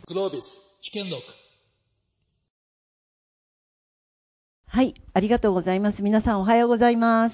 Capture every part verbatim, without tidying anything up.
グロービス試験録。 はい、ありがとうございます。皆さんおはようございます。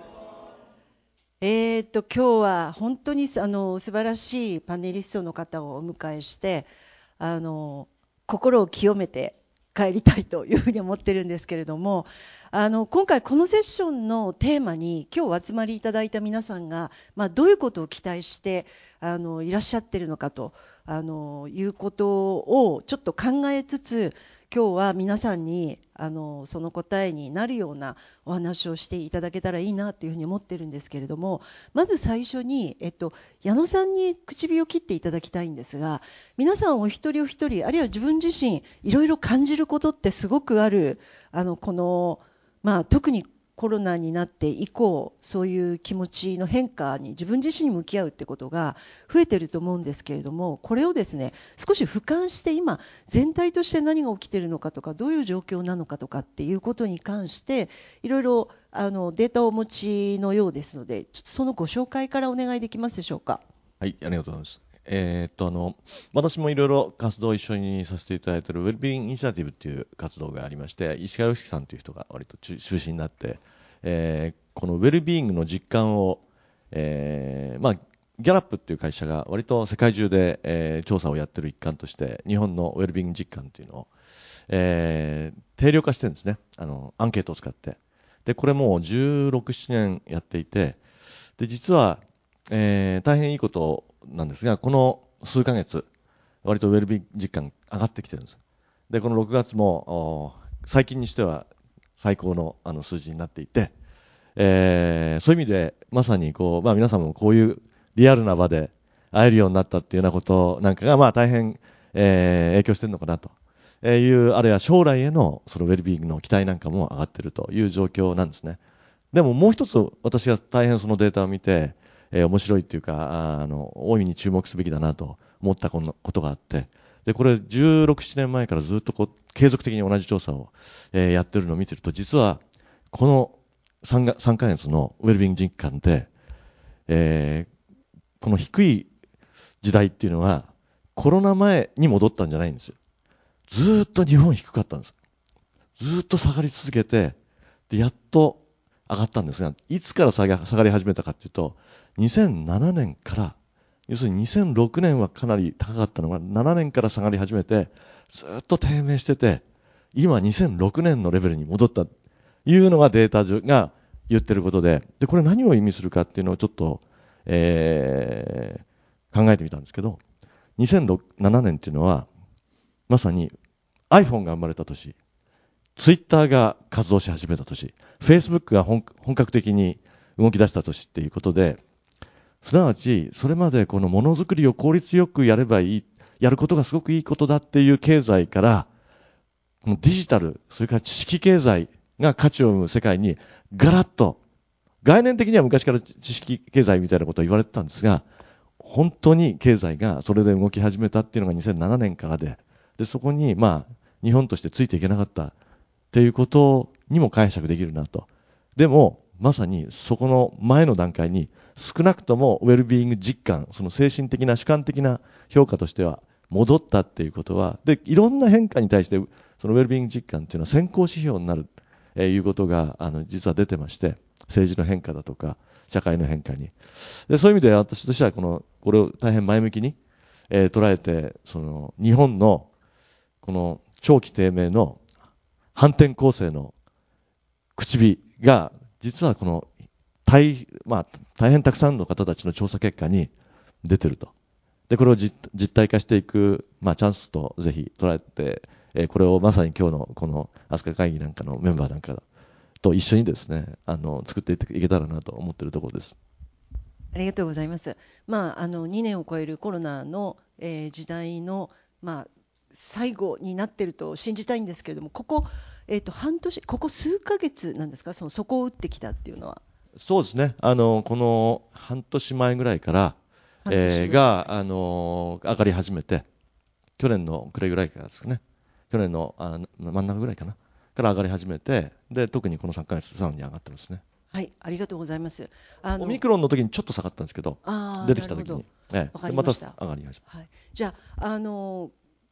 えーと、今日は本当にあの素晴らしいパネリストの方をお迎えして、あの心を清めて帰りたいというふうに思ってるんですけれども、あの今回このセッションのテーマに今日お集まりいただいた皆さんが、まあ、どういうことを期待してあのいらっしゃってるのかとあのいうことをちょっと考えつつ、今日は皆さんにあのその答えになるようなお話をしていただけたらいいなというふうに思ってるんですけれども、まず最初に、えっと、矢野さんに口火を切っていただきたいんですが、皆さんお一人お一人、あるいは自分自身いろいろ感じることってすごくある。あのこの、まあ、特にコロナになって以降、そういう気持ちの変化に自分自身に向き合うってことが増えてると思うんですけれども、これをですね、少し俯瞰して今全体として何が起きているのかとか、どういう状況なのかとかっていうことに関していろいろあのデータをお持ちのようですので、ちょっとそのご紹介からお願いできますでしょうか。 はい、ありがとうございます。えーっと、あの、私もいろいろ活動を一緒にさせていただいているウェルビーイングイニシアティブっていう活動がありまして、石川良樹さんという人が割と中中心になって、えーこのウェルビーイングの実感を、えーまあ、ギャラップっていう会社が割と世界中で、えー調査をやっている一環として、日本のウェルビーイング実感っていうのを、えー定量化してるんですね。あの、アンケートを使って。で、これもうじゅうろく、ななねんやっていて、で、実は、えー大変いいことなんですが、この数ヶ月、割とウェルビー実感上がってきてるんです。で、このろくがつも、最近にしては最高のあの数字になっていて、えーそういう意味で、まさにこう、まあ皆さんもこういうリアルな場で会えるようになったっていうようなことなんかが、まあ大変、えー影響してるのかなという、あるいは将来へのそのウェルビーイングの期待なんかも上がっているという状況なんですね。でももう一つ私が大変そのデータを見て、えー面白いっていうか、あの、大いに注目すべきだなと思ったこのことがあって、で、これじゅうろく、ななねんまえからずっとこう継続的に同じ調査を、えーやってるのを見てると、実はこのさんがさんかげつのウェルビーイング実感で、えーこの低い時代っていうのはコロナ前に戻ったんじゃないんですよ。ずーっと日本低かったんです。ずーっと下がり続けて、で、やっと上がったんですが、いつから下が下がり始めたかというと、にせんななねんから、要するににせんろくねんはかなり高かったのが、ななねんから下がり始めて、ずーっと低迷してて、今にせんろくねんのレベルに戻ったというのがデータが言ってることで、で、これ何を意味するかっていうのをちょっと、えー考えてみたんですけど、にせんななねんっていうのは、まさに iPhone が生まれた年、ツイッターが活動し始めた年、フェイスブックが本本格的に動き出した年っていうことで、すなわち、それまでこのものづくりを効率よくやればいい、やることがすごくいいことだっていう経済から、このデジタル、それから知識経済が価値を生む世界にガラッと、概念的には昔から知識経済みたいなことを言われてたんですが、本当に経済がそれで動き始めたっていうのがにせんななねんからで、で、そこにまあ、日本としてついていけなかったっていうことにも解釈できるなと。でも、まさにそこの前の段階に少なくともウェルビーイング実感、その精神的な主観的な評価としては戻ったっていうことは、で、いろんな変化に対してそのウェルビーイング実感っていうのは先行指標になる、えーいうことが、あの、実は出てまして、政治の変化だとか、社会の変化に。で、そういう意味で私としてはこの、これを大変前向きに、えー捉えて、その、日本のこの長期低迷の反転攻勢の口火が、実はこの大、まあ、大変たくさんの方たちの調査結果に出てると。で、これを実実体化していく、まあ、チャンスとぜひ捉えて、えーこれをまさに今日のこの飛鳥会議なんかのメンバーなんかと一緒にですね、あの、作っていけたらなと思っているところです。 ありがとうございます。まあ、あのにねんを超えるコロナの、えー時代の、まあ、最後になっていると信じたいんですけれども、ここ、えーと、半年、ここ数ヶ月なんですか、その底を打ってきたっていうのは。 そうですね。あの、この半年前ぐらいから、 半年ぐらい。 えーが、あの、上がり始めて、去年の暮れぐらいからですかね。去年のあ真ん中ぐらいかな。から上がり始めて、で、特にこのさんかげつさらに上がってますね。 はい、ありがとうございます。あの、 オミクロンの時にちょっと下がったんですけど、 ああ、 出てなるほど。 きた時に。ええ、 わかで、またりました。 上がり始めはい。じゃあ、あの、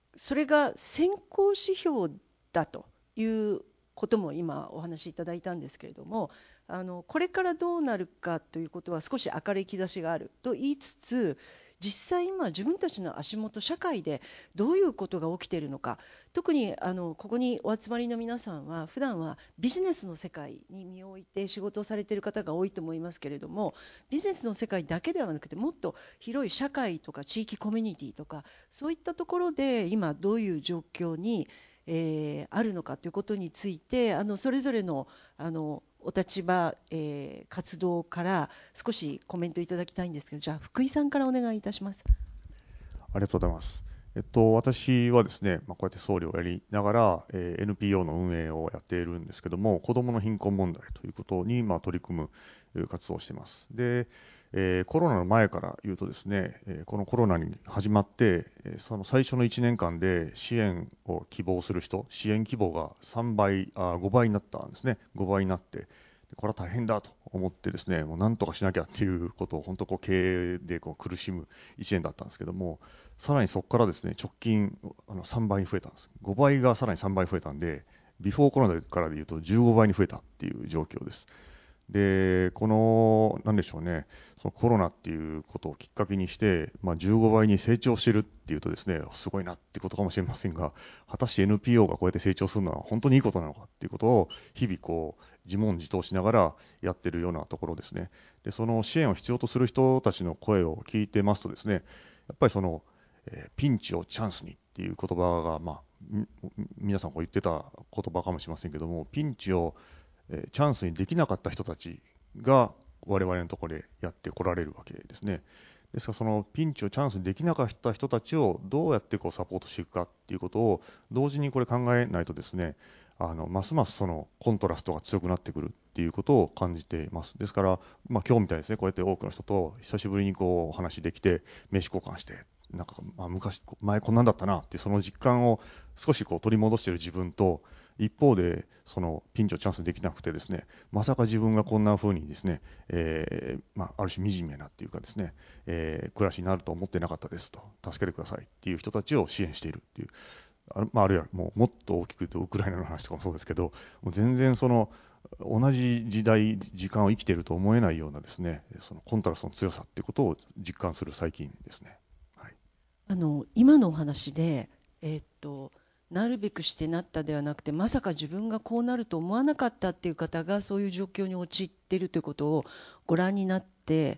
それが先行指標だということも今お話しいただいたんですけれども、あのこれからどうなるかということは少し明るい兆しがあると言いつつ、実際今自分たちの足元社会でどういうことが起きているのか、特にあのここにお集まりの皆さんは普段はビジネスの世界に身を置いて仕事をされている方が多いと思いますけれども、ビジネスの世界だけではなくてもっと広い社会とか地域コミュニティとかそういったところで今どういう状況に、えーあるのかということについて、あのそれぞれのあのお立場、えー活動から少しコメントいただきたいんですけど、じゃあ福井さんからお願いいたします。 ありがとうございます。えっと、私はですね、まあ、こうやって総理をやりながら、えー エヌピーオー の運営をやっているんですけども、子どもの貧困問題ということに、まあ、取り組むえー活動をしています。で、えーコロナの前から言うとですね、えーこのコロナに始まって、えーその最初のいちねんかんで支援を希望する人、支援規模がさんばい、あ、ごばいになったんですね。ごばいになって、これは大変だと思ってですね、もうなんとかしなきゃっていうことを本当こう経営でこう苦しむいちねんだったんですけども、さらにそこからですね、直近あのさんばいに増えたんです。ごばいがさらにさんばい増えたんで、ビフォーコロナからで言うとじゅうごばいに増えたっていう状況です。で、この、なんでしょうね、そのコロナっていうことをきっかけにして、まあ、じゅうごばいに成長してるっていうとですね、すごいなってことかもしれませんが、果たして エヌピーオー がこうやって成長するのは本当にいいことなのかっていうことを日々こう自問自答しながらやってるようなところですね。で、その支援を必要とする人たちの声を聞いてますとですね、やっぱりその、えーピンチをチャンスにっていう言葉が、まあ、み皆さんこう言ってた言葉かもしれませんけども、ピンチをえーチャンスにできなかった人たちが我々のところでやってこられるわけですね。ですからそのピンチをチャンスにできなかった人たちをどうやってこうサポートしていくかっていうことを同時にこれ考えないとですね、あのますますそのコントラストが強くなってくるっていうことを感じています。ですから、まあ、今日みたいですね、こうやって多くの人と久しぶりにこうお話できて名刺交換して、なんか、まあ、昔前こんなんだったなってその実感を少しこう取り戻している自分と、一方でそのピンチをチャンスにできなくてですね、まさか自分がこんな風にですね、えーまあ、ある種惨めなっていうかですね、えー暮らしになると思ってなかったですと、助けてくださいっていう人たちを支援しているっていう、ある、まあ、あるいはもうもっと大きく言うとウクライナの話とかもそうですけど、もう全然その同じ時代時間を生きていると思えないようなですね、そのコントラストの強さっていうことを実感する最近ですね。はい。 あの今のお話で、えーっとなるべくしてなったではなくて、まさか自分がこうなると思わなかったっていう方がそういう状況に陥っているということをご覧になって、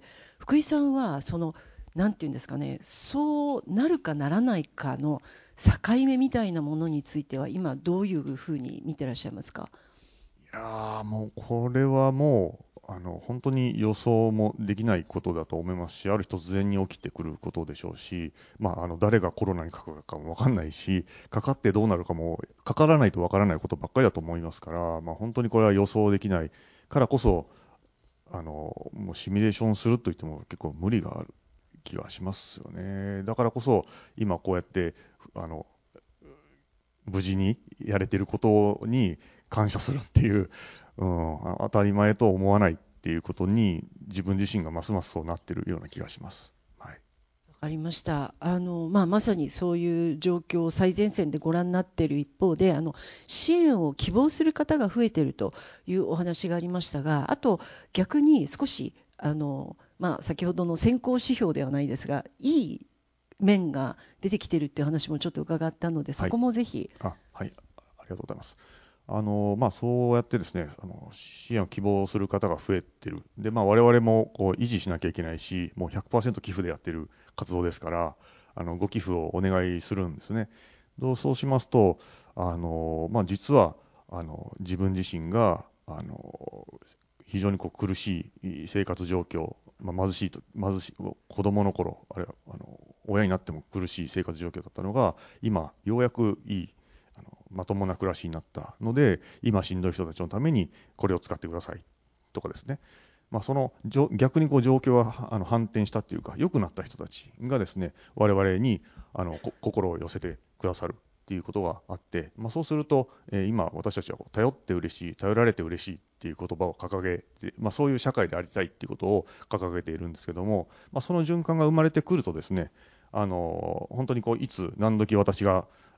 福井さんはそのなんていうんですかね、そうなるかならないかの境目みたいなものについては今どういうふうに見てらっしゃいますか？ いやーもうこれはもうあの本当に予想もできないことだと思いますし、ある日突然に起きてくることでしょうし、まあ、あの誰がコロナにかかるかも分かんないし、かかってどうなるかもかからないと分からないことばっかりだと思いますから、まあ、本当にこれは予想できないからこそ、あのもうシミュレーションするといっても結構無理がある気がしますよね。だからこそ今こうやってあの無事にやれてることに感謝するっていう、うん、当たり前と思わないっていうことに自分自身がますますそうなってるような気がします。はい。 わかりました。あの、まあ、まさにそういう状況を最前線でご覧になっている一方で、あの、支援を希望する方が増えているというお話がありましたが、あと逆に少し、あの、まあ、先ほどの先行指標ではないですが、いい面が出てきているっていう話もちょっと伺ったので、そはい。 こもぜひ。 あ、はい。ありがとうございます。あの、まあ、そうやってですね、あの、支援を希望する方が増えてる。で、まあ、我々もこう維持しなきゃいけないし、もうひゃくパーセント寄付でやってる活動ですから、あの、ご寄付をお願いするんですね。どうそうしますと、あの、まあ、実は、あの、自分自身が、あの、非常にこう苦しい生活状況、まあ、貧しいと、貧しい、子供の頃、あるいは、あの、親になっても苦しい生活状況だったのが、今、ようやくいい、あのまともな暮らしになったので、今しんどい人たちのためにこれを使ってくださいとかですね、まあ、その逆にこう状況はあの反転したというか、良くなった人たちがですね、我々にあの心を寄せてくださるっていうことがあって、まあ、そうすると、えー、今私たちはこう頼って嬉しい、頼られて嬉しいっていう言葉を掲げて、まあ、そういう社会でありたいっていうことを掲げているんですけども、まあ、その循環が生まれてくるとですね、あの本当にこういつ何時私が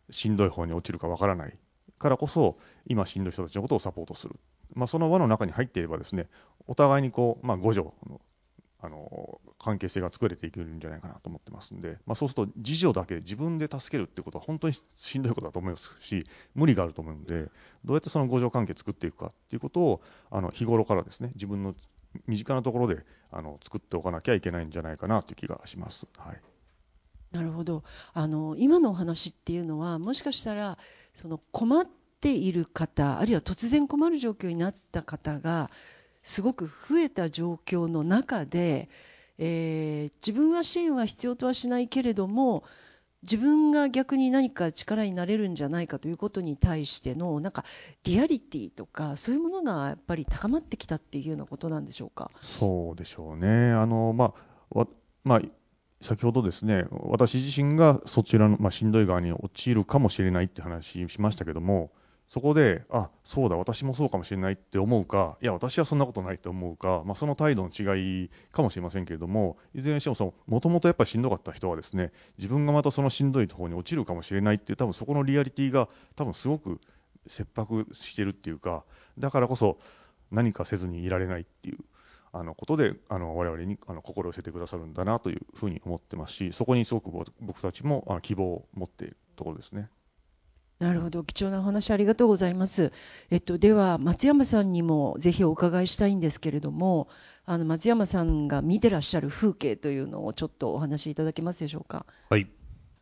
しんどい方に落ちるかわからないからこそ、今しんどい人たちのことをサポートする。まあ、その輪の中に入っていればですね、お互いにこう、まあ、互助の、あの関係性が作れていけるんじゃないかなと思ってますんで、まあ、そうすると自助だけで自分で助けるってことは本当にしんどいことだと思いますし、無理があると思うので、どうやってその互助関係作っていくかっていうことを、あの日頃からですね、自分の身近なところであの作っておかなきゃいけないんじゃないかなという気がします。はい。 なるほど。あの今のお話っていうのは、もしかしたらその困っている方、あるいは突然困る状況になった方がすごく増えた状況の中で、えー自分は支援は必要とはしないけれども、自分が逆に何か力になれるんじゃないかということに対してのなんかリアリティとか、そういうものがやっぱり高まってきたっていうようなことなんでしょうか。 そうでしょうね。あの、まあ、わまあ、先ほどですね、私自身がそちらの、まあ、しんどい側に陥るかもしれないって話しましたけども、そこで、あ、そうだ、私もそうかもしれないって思うか、いや、私はそんなことないって思うか、まあ、その態度の違いかもしれませんけれども、いずれにしてもその、もともとやっぱりしんどかった人はですね、自分がまたそのしんどいところに落ちるかもしれないっていう、多分そこのリアリティが、多分すごく切迫してるっていうか、だからこそ何かせずにいられないっていう。あのことであの我々にあの心を寄せてくださるんだなというふうに思ってますし、そこにすごく僕僕たちもあの希望を持っているところですね。 なるほど、貴重なお話ありがとうございます。えっと、では松山さんにもぜひお伺いしたいんですけれども、あの松山さんが見てらっしゃる風景というのをちょっとお話しいただけますでしょうか。 はい。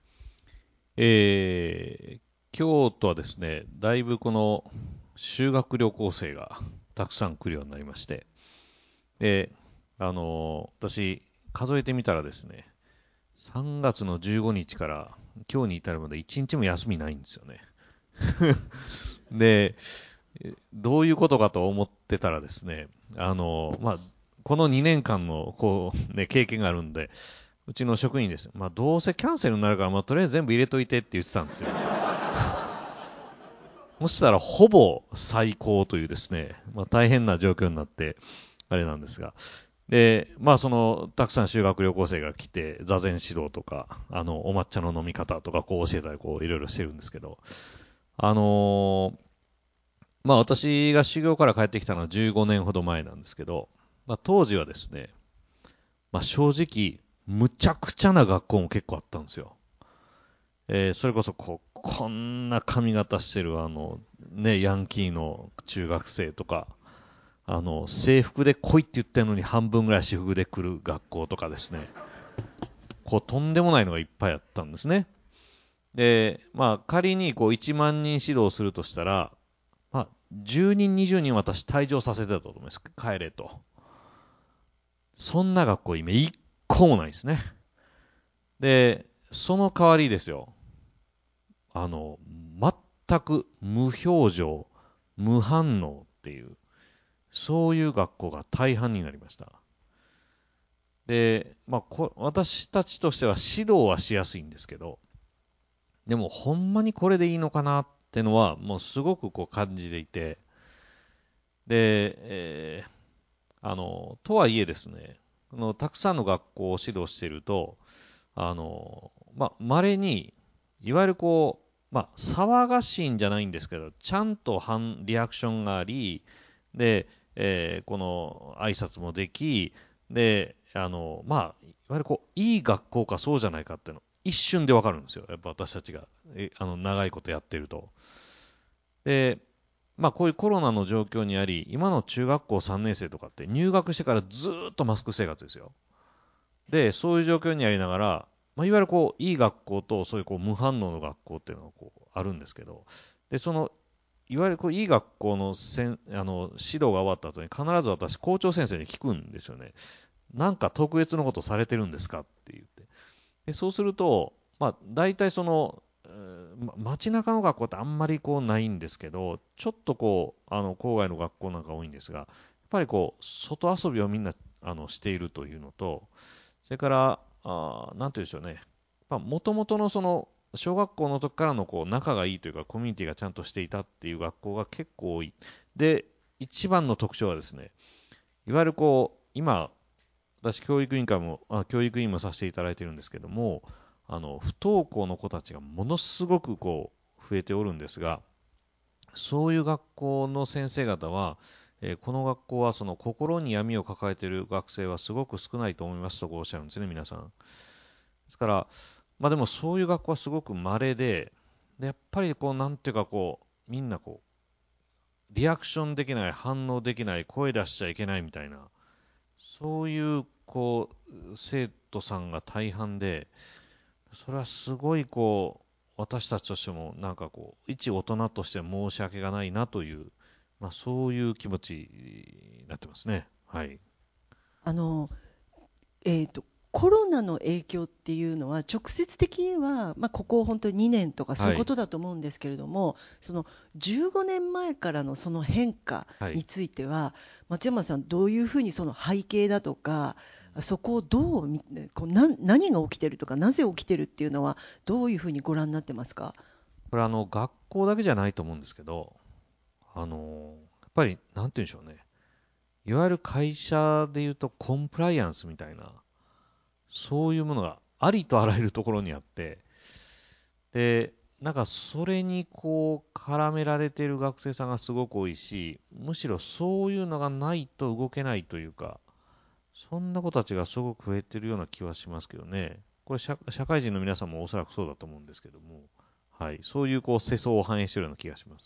えー、京都はですね、だいぶこの修学旅行生がたくさん来るようになりまして、で、あのー私、数えてみたらですね、さんがつのじゅうごにちから今日に至るまでいちにちも休みないんですよね。で、どういうことかと思ってたらですね、あのーまあ、このにねんかんのこう、ね、経験があるんで、うちの職員です。まあ、どうせキャンセルになるから、まあ、とりあえず全部入れといてって言ってたんですよ。そしたら、ほぼ最高というですね、まあ、大変な状況になって、あれなんですが。で、まあ、その、たくさん修学旅行生が来て、座禅指導とか、あの、お抹茶の飲み方とか、こう教えたり、こう、いろいろしてるんですけど、あのーまあ、私が修行から帰ってきたのはじゅうごねんほど前なんですけど、まあ、当時はですね、まあ、正直、むちゃくちゃな学校も結構あったんですよ。えーそれこそこう、こんな髪型してるあの、ね、ヤンキーの中学生とか、あの、制服で来いって言ってるのに半分ぐらい私服で来る学校とかですね、こう、とんでもないのがいっぱいあったんですね。で、まあ、仮にこう、いちまんにん指導するとしたら、まあ、じゅうにん、にじゅうにん私退場させてたと思います。帰れと。そんな学校今一個もないですね。で、その代わりですよ。あの、全く無表情、無反応っていう、そういう学校が大半になりました。で、まあ、こ私たちとしては指導はしやすいんですけど、でもほんまにこれでいいのかなってのは、もうすごくこう感じていて、で、えーあの、とはいえですね、このたくさんの学校を指導していると、あの、まあ、稀に、いわゆるこう、まあ、騒がしいんじゃないんですけど、ちゃんと反リアクションがあり、で、えーこの挨拶もでき、で、あの、まあ、いわゆるこう、いい学校かそうじゃないかっていうの、一瞬でわかるんですよ。やっぱ私たちが、えあの、長いことやってると。で、まあ、こういうコロナの状況にあり、今の中学校さんねん生とかって入学してからずーっとマスク生活ですよ。で、そういう状況にありながら、まあ、いわゆるこう、いい学校と、そういうこう、無反応の学校っていうのがこう、あるんですけど、で、その、いわゆるこう、いい学校のせんあの指導が終わった後に必ず私、校長先生に聞くんですよね。なんか特別のことされてるんですかって言って。で、そうすると、まあ、大体その、えーま街中の学校ってあんまりこうないんですけど、ちょっとこう、あの、郊外の学校なんか多いんですが、やっぱりこう、外遊びをみんな、あの、しているというのと、それから、あなんて言うんでしょうね。もともとのその、小学校の時からのこう仲がいいというか、コミュニティがちゃんとしていたっていう学校が結構多い。で、一番の特徴はですね、いわゆるこう、今、私、教育委員会も、あ教育委員もさせていただいているんですけども、 あの不登校の子たちがものすごくこう増えておるんですが、そういう学校の先生方は、えーこの学校はその心に闇を抱えている学生はすごく少ないと思いますとこうおっしゃるんですね、皆さん。ですから、まあでもそういう学校はすごく稀で、でやっぱりこうなんていうかこうみんなこうリアクションできない、反応できない、声出しちゃいけないみたいな、そういうこう生徒さんが大半で、それはすごいこう私たちとしてもなんかこう一大人として申し訳がないなという、まあ、そういう気持ちになってますね。はい。 あの、えーと、コロナの影響っていうのは直接的には、まあ、ここ本当ににねんとかそういうこはい。 とだと思うんですけれども、そのじゅうごねんまえからのその変化はい。 については松山さんどういうふうにその背景だとかそこをどう見こうな何が起きてるとかなぜ起きてるっていうのはどういうふうにご覧になってますか？ これあの学校だけじゃないと思うんですけど、あのやっぱりなんて言うんでしょうね。いわゆる会社でいうとコンプライアンスみたいな、そういうものがありとあらゆるところにあって、で、なんかそれにこう絡められている学生さんがすごく多いし、むしろそういうのがないと動けないというか、そんな子たちがすごく増えてるような気はしますけどね。これ社、社会人の皆さんもおそらくそうだと思うんですけども、はい、そういうこう世相を反映しているような気がします。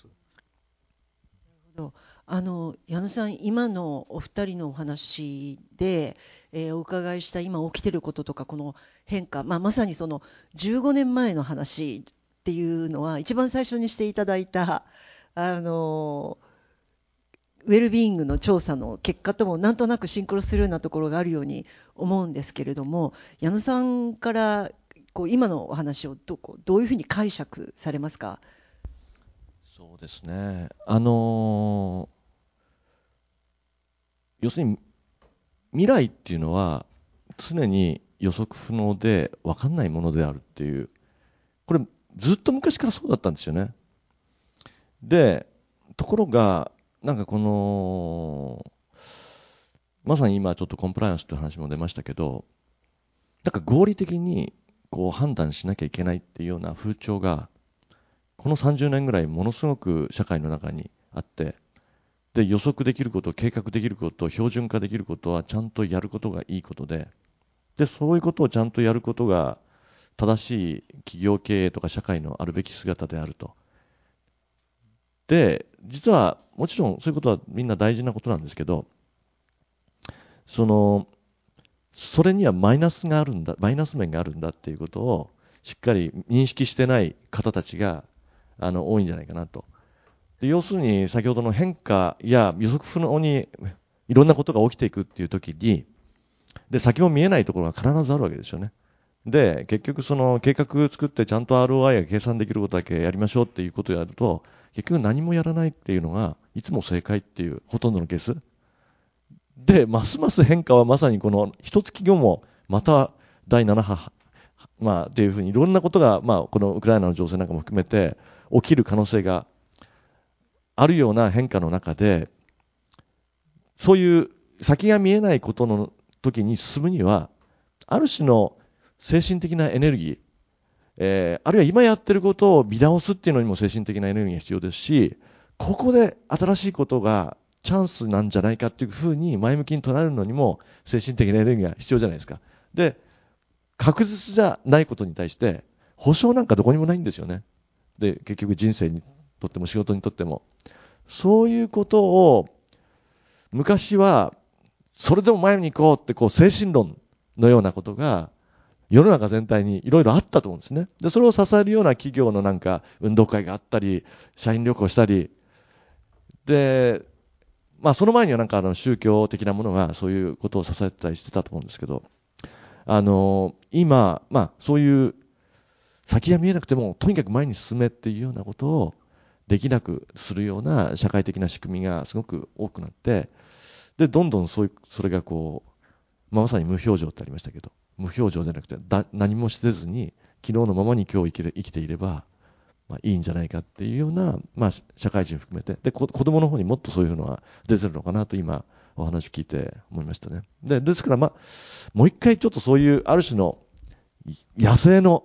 あの矢野さん、今のお二人のお話で、えーお伺いした今起きてることとかこの変化、まあ、まさにそのじゅうごねんまえの話っていうのは一番最初にしていただいたあのウェルビーイングの調査の結果ともなんとなくシンクロするようなところがあるように思うんですけれども、矢野さんからこう今のお話をどこうどういうふうに解釈されますか？ そうですね。あのー要するに未来っていうのは常に予測不能で分かんないものであるっていう、これずっと昔からそうだったんですよね。で、ところが、なんかこの、まさに今ちょっとコンプライアンスっていう話も出ましたけど、なんか合理的にこう判断しなきゃいけないっていうような風潮が、このさんじゅうねんぐらいものすごく社会の中にあって、で、予測できること、計画できること、標準化できることはちゃんとやることがいいことで、で、そういうことをちゃんとやることが正しい企業経営とか社会のあるべき姿であると。で、実はもちろんそういうことはみんな大事なことなんですけど、その、それにはマイナスがあるんだ、マイナス面があるんだっていうことをしっかり認識してない方たちがあの多いんじゃないかなと。で、要するに先ほどの変化や予測不能にいろんなことが起きていくっていう時に、で、先も見えないところが必ずあるわけですよね。で、結局その計画作ってちゃんと アールオーアイ が計算できることだけやりましょうっていうことをやると、結局何もやらないっていうのがいつも正解っていうほとんどのケース。で、ますます変化はまさにこの一月後もまただいなな波、まあ、っていうふうにいろんなことが、まあ、このウクライナの情勢なんかも含めて起きる可能性があるような変化の中で、そういう先が見えないことの時に進むには、ある種の精神的なエネルギー、えー、あるいは今やってることを見直すっていうのにも精神的なエネルギーが必要ですし、ここで新しいことがチャンスなんじゃないかっていうふうに前向きに捉えるのにも精神的なエネルギーが必要じゃないですか。で、確実じゃないことに対して保証なんかどこにもないんですよね。で、結局人生にとっても仕事にとっても。そういうことを昔はそれでも前に行こうってこう精神論のようなことが世の中全体にいろいろあったと思うんですね。で、それを支えるような企業のなんか運動会があったり、社員旅行したり、で、まあその前にはなんかあの宗教的なものがそういうことを支えてたりしてたと思うんですけど、あの、今、まあそういう先が見えなくてもとにかく前に進めっていうようなことをできなくするような社会的な仕組みがすごく多くなって、で、どんどんそういう、それがこう、まあ、まさに無表情ってありましたけど、無表情じゃなくてだ何もせずに昨日のままに今日生きる生きていれば、まあ、いいんじゃないかっていうような、まあ、社会人含めてでこ子供の方にもっとそういうのが出てるのかなと今お話聞いて思いましたね。でですから、まあ、もう一回ちょっとそういうある種の野生の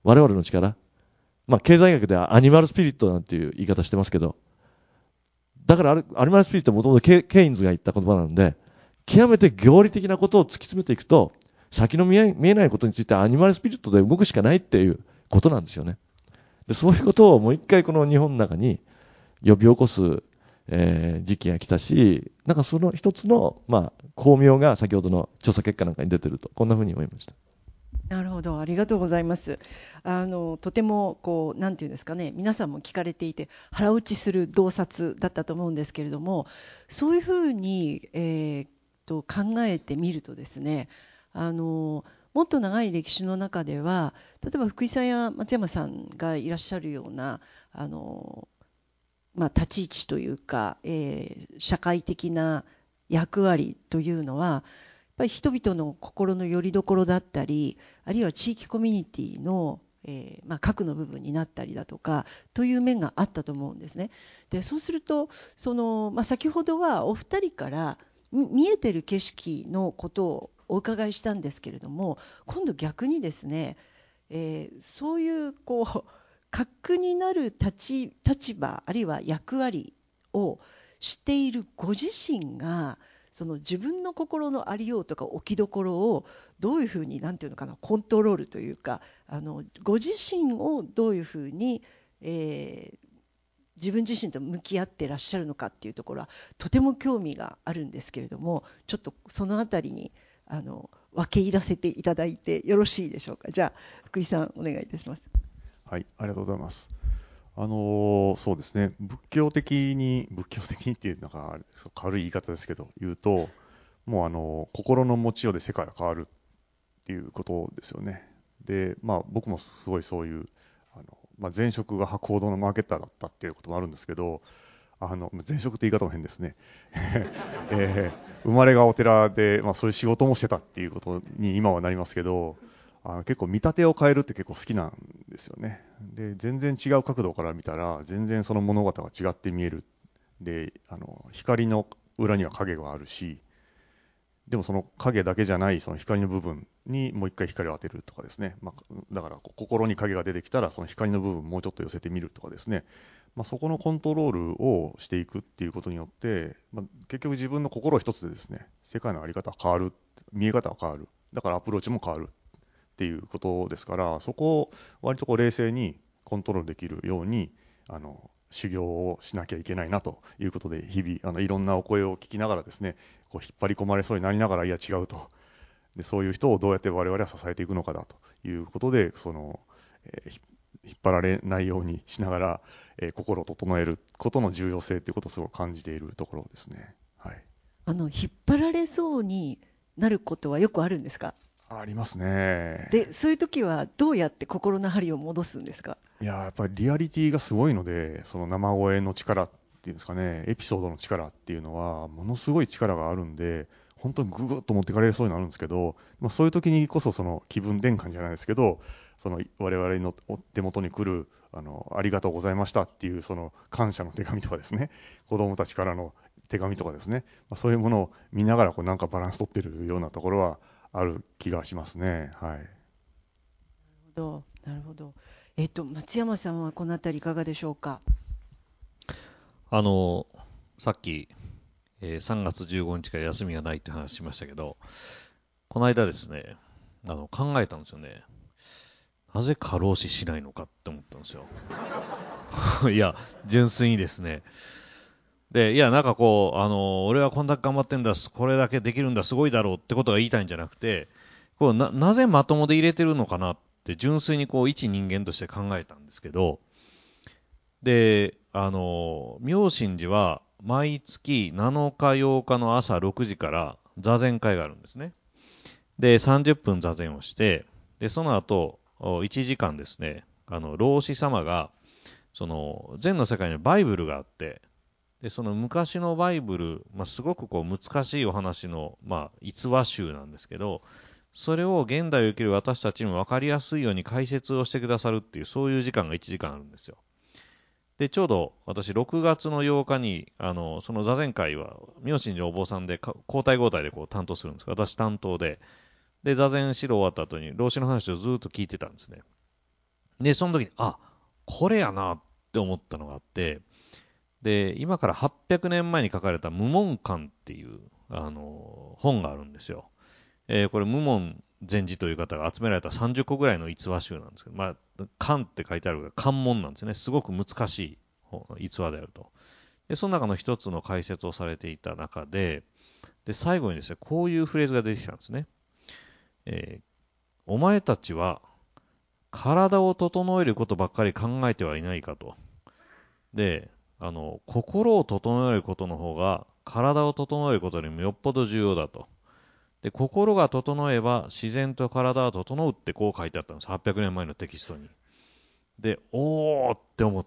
我々の力、まあ、経済学ではアニマルスピリットなんていう言い方してますけど、だからアニマルスピリットはもともとケインズが言った言葉なので、極めて合理的なことを突き詰めていくと、先の見え、見えないことについてアニマルスピリットで動くしかないっていうことなんですよね。でそういうことをもう一回この日本の中に呼び起こす、えー時期が来たし、なんかその一つの、まあ、巧妙が先ほどの調査結果なんかに出てると、こんなふうに思いました。 なるほど、ありがとうございます。あのとてもこうなんていうんですかね、皆さんも聞かれていて腹落ちする洞察だったと思うんですけれども、そういうふうに、えーと考えてみるとですね、あのもっと長い歴史の中では、例えば福井さんや松山さんがいらっしゃるようなあの、まあ、立ち位置というか、えー社会的な役割というのは、やっぱり人々の心の拠り所だったり、あるいは地域コミュニティの、えーまあ、核の部分になったりだとかという面があったと思うんですね。でそうするとその、まあ、先ほどはお二人からみ見えてる景色のことをお伺いしたんですけれども、今度逆にですね、えーそういうこう核になる立ち立場あるいは役割をしているご自身が、その自分の心のありようとか置きどころをどういうふうになんていうのかな、コントロールというか、あのご自身をどういうふうに、えー自分自身と向き合ってらっしゃるのかっていうところはとても興味があるんですけれども、ちょっとそのあたりにあの分け入らせていただいてよろしいでしょうか。じゃあ福井さんお願いいたします。 はい、ありがとうございます。あのーそうですね、仏教的に、仏教的にっていう、なんかあれそう軽い言い方ですけど、言うと、もうあのー心の持ちようで世界が変わるっていうことですよね。で、まあ僕もすごいそういう、あの、まあ、前職が博報堂のマーケッターだったっていうこともあるんですけど、あの、前職って言い方も変ですね。えー生まれがお寺で、まあそういう仕事もしてたっていうことに今はなりますけど、あの結構見立てを変えるって結構好きなんですよね。で、全然違う角度から見たら、全然その物事が違って見える。で、あの、光の裏には影があるし、でもその影だけじゃないその光の部分にもう一回光を当てるとかですね。まあ、だからこう心に影が出てきたらその光の部分もうちょっと寄せてみるとかですね。まあ、そこのコントロールをしていくっていうことによって、まあ、結局自分の心一つでですね、世界の在り方は変わる、見え方は変わる。だからアプローチも変わるっていうことですから、そこを割とこう冷静にコントロールできるように、あの、修行をしなきゃいけないなということで、日々、あの、いろんなお声を聞きながらですね、こう引っ張り込まれそうになりながら、いや違うと。で、そういう人をどうやって我々は支えていくのかだということで、その、えー引っ張られないようにしながら、えー心を整えることの重要性ということをすごく感じているところですね。はい。 あの引っ張られそうになることはよくあるんですか？ ありますね。 でそういう時はどうやって心の針を戻すんですか？ いやー、やっぱりリアリティがすごいので、その生声の力っていうんですかね、エピソードの力っていうのは、ものすごい力があるんで、本当にぐぐっと持ってかれそうになるんですけど、まあ、そういう時にこそその気分転換じゃないですけど、その我々のお手元に来る、あの、ありがとうございましたっていうその感謝の手紙とかですね、子供たちからの手紙とかですね、まあ、そういうものを見ながらこうなんかバランス取ってるようなところはある気がしますね。はい。 なるほど、なるほど。えっと松山さんはこのあたりいかがでしょうか？ あの、さっき、えーさんがつじゅうごにちから休みがないって話しましたけど、この間ですね、あの、考えたんですよね。なぜ過労死しないのかって思ったんですよ。いや、純粋にですね。で、いや、なんかこう、あの、俺はこんだけ頑張ってんだ、これだけできるんだ、すごいだろうってことが言いたいんじゃなくて、こうな、なぜまともで入れてるのかなって純粋にこう、一人間として考えたんですけど、で、あの、妙心寺は毎月なのかようかの朝ろくじから座禅会があるんですね。で、さんじゅっぷん座禅をして、で、その後、いちじかんですね、あの、老子様が、その、禅の世界にバイブルがあって、で、その昔のバイブル、まあ、すごくこう難しいお話の、まあ、逸話集なんですけど、それを現代を生きる私たちにも分かりやすいように解説をしてくださるっていう、そういう時間がいちじかんあるんですよ。で、ちょうど私、ろくがつのようかに、あの、その座禅会は、妙心寺お坊さんでか交代交代でこう担当するんですが、私担当で、で、座禅指導終わった後に、老子の話をずっと聞いてたんですね。 で、その時に、あ、これやなって思ったのがあって、で、今からはっぴゃくねんまえに書かれた無門観っていう、あの、本があるんですよ。えーこれ、無門禅師という方が集められたさんじゅっこぐらいの逸話集なんですけど、まあ、観って書いてあるから関門なんですね。すごく難しい逸話であると。で、その中の一つの解説をされていた中で、で、最後にですね、こういうフレーズが出てきたんですね。えーお前たちは体を整えることばっかり考えてはいないかと。で、あの、心を整えることの方が体を整えることよりもよっぽど重要だと。で、心が整えば自然と体は整うってこう書いてあったんです。はっぴゃくねんまえのテキストに。で、おーって思って、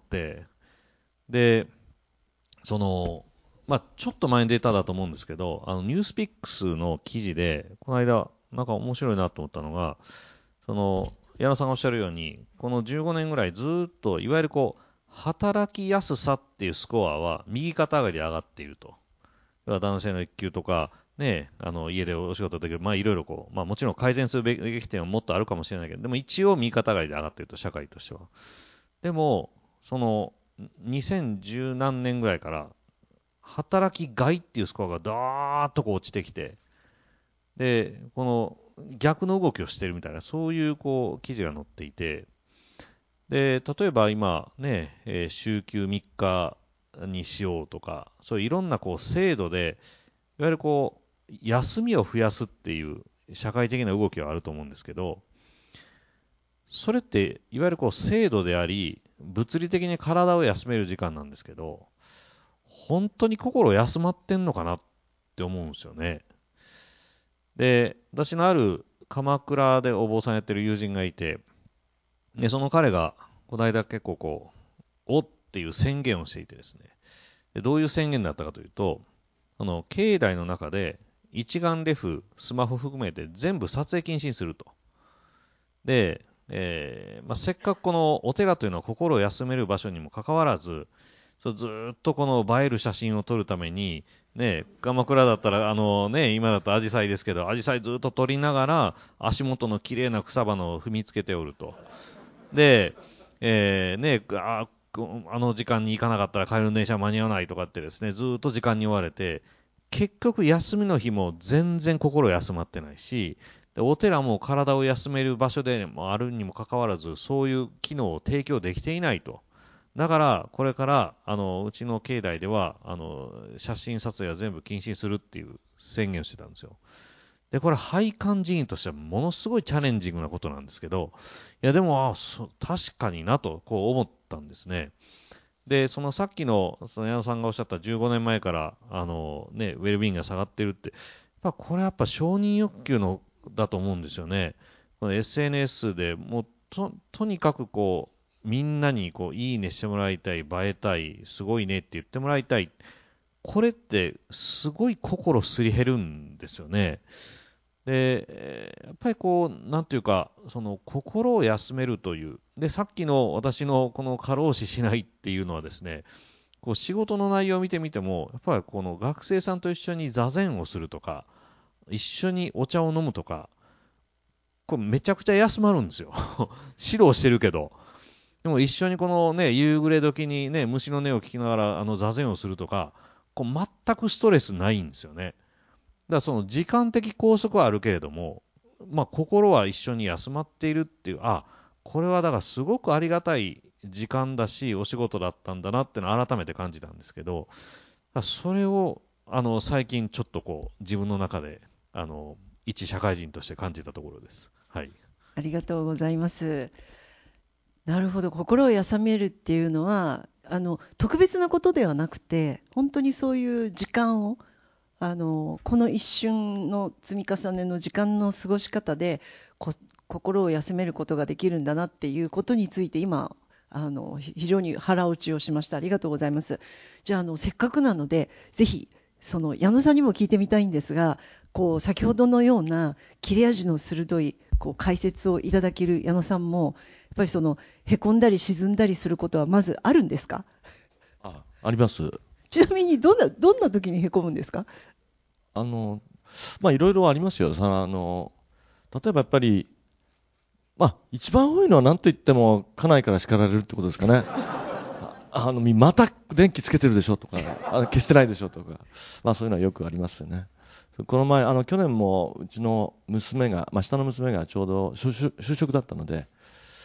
で、その、まあ、ちょっと前に出ただと思うんですけど、あの、ニュースピックスの記事で、この間、なんか面白いなと思ったのが、その、矢野さんがおっしゃるように、このじゅうごねんぐらいずっと、いわゆるこう、働きやすさっていうスコアは右肩上がりで上がっていると。男性の育休とか、ね、あの家でお仕事できる、まあいろいろこう、まあもちろん改善するべき点はもっとあるかもしれないけど、でも一応右肩上がりで上がっていると、社会としては。でも、その、にせんじゅう何年ぐらいから、働きがいっていうスコアがダーッとこう落ちてきて、で、この逆の動きをしてるみたいな、そういうこう記事が載っていて、で、例えば今ね、えー週休みっかにしようとか、そういういろんなこう制度で、いわゆるこう、休みを増やすっていう社会的な動きはあると思うんですけど、それっていわゆるこう制度であり、物理的に体を休める時間なんですけど、本当に心休まってんのかなって思うんですよね。で、私のある鎌倉でお坊さんやってる友人がいて、で、その彼が、この間結構こう、おっていう宣言をしていてですね、でどういう宣言だったかというと、あの、境内の中で、一眼レフ、スマホ含めて全部撮影禁止にすると。で、えーまあ、せっかくこのお寺というのは心を休める場所にもかかわらず、そうずーっとこの映える写真を撮るために、ね、鎌倉だったら、あのね、今だとアジサイですけど、アジサイずーっと撮りながら、足元の綺麗な草花を踏みつけておると。で、えーね、ああの時間に行かなかったら帰りの電車間に合わないとかってですね、ずーっと時間に追われて、結局休みの日も全然心休まってないし、でお寺も体を休める場所でもあるにもかかわらず、そういう機能を提供できていないと。だから、これから、あの、うちの境内では、あの、写真撮影は全部禁止にするっていう宣言をしてたんですよ。で、これ、拝観寺院としてはものすごいチャレンジングなことなんですけど、いや、でも、あそ確かになと、こう思ったんですね。で、そのさっきの、その矢野さんがおっしゃったじゅうごねんまえから、あの、ね、ウェルビーイングが下がってるって、やっぱこれやっぱ承認欲求の、だと思うんですよね。この エスエヌエス でもう、と、とにかくこう、みんなにこう、いいねしてもらいたい、映えたい、すごいねって言ってもらいたい。これって、すごい心すり減るんですよね。で、えーやっぱりこう、なんていうか、その心を休めるという、で、さっきの私のこの過労死しないっていうのはですね、こう仕事の内容を見てみても、やっぱりこの学生さんと一緒に座禅をするとか、一緒にお茶を飲むとか、これめちゃくちゃ休まるんですよ。指導してるけど。でも一緒にこのね、夕暮れ時にね、虫の音を聞きながらあの座禅をするとか、こう全くストレスないんですよね。だからその時間的拘束はあるけれども、まあ心は一緒に休まっているっていう、あ、これはだからすごくありがたい時間だし、お仕事だったんだなっていうのを改めて感じたんですけど、それをあの最近ちょっとこう自分の中であの一社会人として感じたところです。はい。 ありがとうございます。なるほど。心を休めるっていうのは、あの、特別なことではなくて、本当にそういう時間を、あの、この一瞬の積み重ねの時間の過ごし方で、こ心を休めることができるんだなっていうことについて今、あの、ひ非常に腹落ちをしました。ありがとうございます。じゃあ、あの、せっかくなので、ぜひ、その矢野さんにも聞いてみたいんですが、こう先ほどのような切れ味の鋭いこう解説をいただける矢野さんも、やっぱりそのへこんだり沈んだりすることはまずあるんですか？ あ、あります。 ちなみにどんなどんな時にへこむんですか？ あの、まあ、いろいろありますよ。その、あの、例えばやっぱり、 まあ、一番多いのは何と言っても家内から叱られるってことですかね。あのまた電気つけてるでしょとか、あ消してないでしょとか、まあ、そういうのはよくありますよね。この前、あの去年もうちの娘が、まあ、下の娘がちょうど就職就職だったので、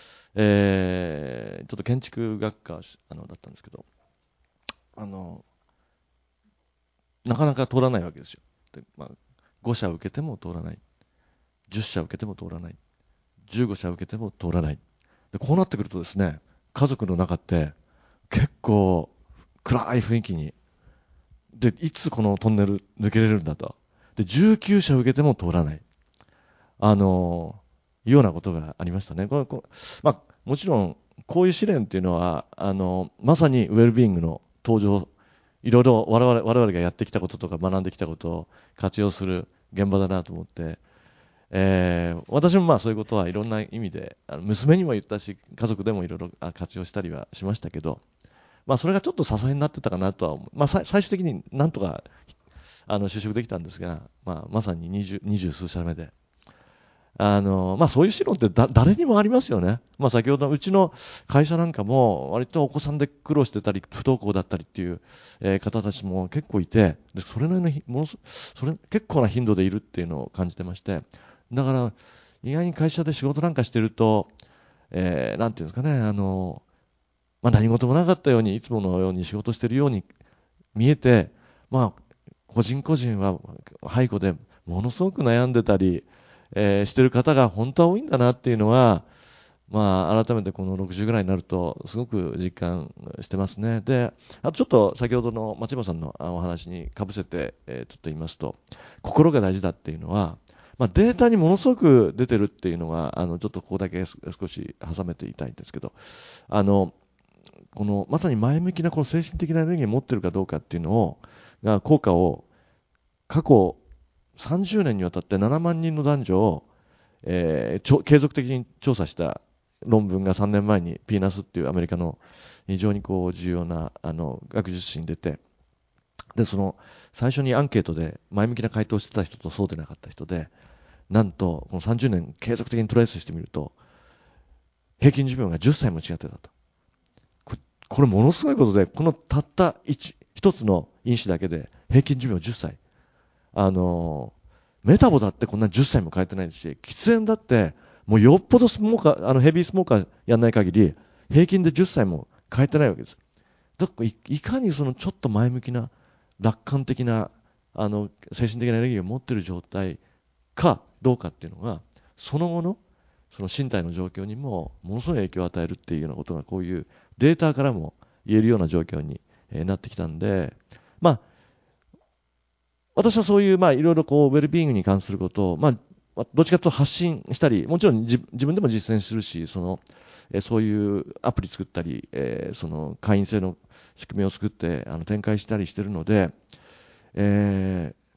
えーちょっと建築学科あのだったんですけど、あのなかなか通らないわけですよ。で、まあ、ご社受けても通らない、じゅっ社受けても通らない、じゅうご社受けても通らない。でこうなってくるとですね、家族の中って結構暗い雰囲気に、でいつこのトンネル抜けれるんだと、でじゅうきゅう社受けても通らない、あのいうようなことがありましたね。これこまあ、もちろんこういう試練っていうのはあのまさにウェルビーイングの登場、いろいろ我々我々がやってきたこととか学んできたことを活用する現場だなと思って、えー私もまあそういうことはいろんな意味であの娘にも言ったし、家族でもいろいろあ活用したりはしましたけど、まあ、それがちょっと支えになってたかなとは思う、まあ、さ最終的になんとかあの就職できたんですが、まあ、まさに二十、二十数社目で、あの、まあ、そういう指導ってだ誰にもありますよね。まあ、先ほどうちの会社なんかも割とお子さんで苦労してたり不登校だったりっていう、えー方たちも結構いて、でそれなりのひものすそれ結構な頻度でいるっていうのを感じてまして、だから意外に会社で仕事なんかしてると、えーなんていうんですかね、あのまあ、何事もなかったようにいつものように仕事してるように見えて、まあ、個人個人は背後でものすごく悩んでたり、えーしてる方が本当は多いんだなっていうのは、まあ、改めてこのろくじゅうぐらいになるとすごく実感してますね。で、あとちょっと先ほどの松山さんのあのお話にかぶせて、えーちょっと言いますと、心が大事だっていうのは、まあ、データにものすごく出てるっていうのは、あのちょっとここだけ少し挟めていたいんですけど、あのこのまさに前向きなこの精神的なエネルギーを持っているかどうかっていうのをが効果を過去さんじゅうねんにわたってななまん人の男女を、えーちょ継続的に調査した論文がさんねんまえにピーナスっていうアメリカの非常にこう重要なあの学術誌に出て、でその最初にアンケートで前向きな回答をしてた人とそうでなかった人で、なんとこのさんじゅうねん継続的にトレースしてみると平均寿命がじゅっさいも違ってたと。ここれものすごいことで、このたった一一つの因子だけで平均寿命じゅっさい。あのメタボだってこんなじゅっさいも変えてないですし、喫煙だってもうよっぽどスモーカー、あのヘビースモーカーやんない限り平均でじゅっさいも変えてないわけです。だからいいかにそのちょっと前向きな楽観的なあの精神的なエネルギーを持っている状態かどうかっていうのが、その後のその身体の状況にもものすごい影響を与えるっていうようなことがこういうデータからも言えるような状況にえーなってきたんで、まあ、私はそういうまあいろいろこうウェルビーイングに関することを、まあ、どっちかというと発信したり、もちろん自自分でも実践するし、そのえーそういうアプリ作ったり、えーその会員制の仕組みを作ってあの展開したりしているので、えー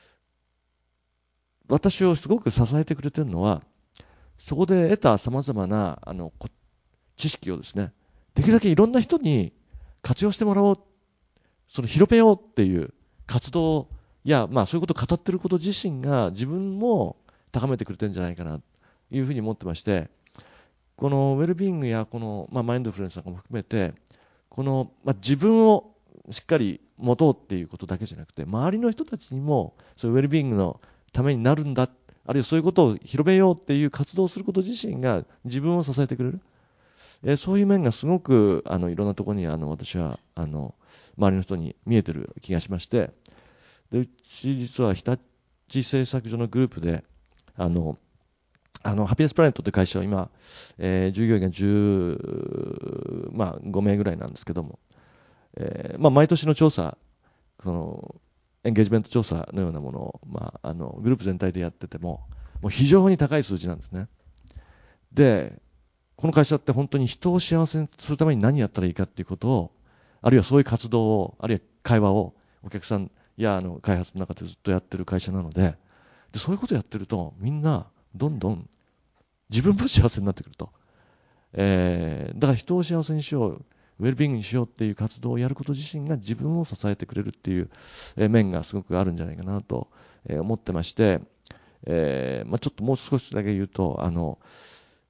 私をすごく支えてくれているのは、そこで得たさまざまなあのこ知識をですね、できるだけいろんな人に活用してもらおう、その広めようっていう活動や、まあ、そういうことを語っていること自身が自分も高めてくれてるんじゃないかなというふうに思ってまして、このウェルビーイングやこの、まあ、マインドフルネスなんかも含めて、この、まあ、自分をしっかり持とうっていうことだけじゃなくて、周りの人たちにもそういうウェルビーイングのためになるんだ、あるいはそういうことを広めようっていう活動をすること自身が自分を支えてくれる、えーそういう面がすごくあのいろんなところにあの私はあの周りの人に見えてる気がしまして、でうち実は日立製作所のグループであのあのハピネスプラネットという会社は今、えー従業員がじゅう、まあ、ごめいぐらいなんですけども、えーまあ、毎年の調査、そのエンゲージメント調査のようなものを、まあ、あのグループ全体でやってても、もう非常に高い数字なんですね。で、この会社って本当に人を幸せにするために何やったらいいかっていうことを、あるいはそういう活動を、あるいは会話をお客さんやあの開発の中でずっとやってる会社なので、でそういうことをやってるとみんなどんどん自分も幸せになってくると、えーだから人を幸せにしよう、ウェルビーイングにしようっていう活動をやること自身が自分を支えてくれるっていうえー面がすごくあるんじゃないかなとえー思ってまして、えーまあ、ちょっともう少しだけ言うと、あの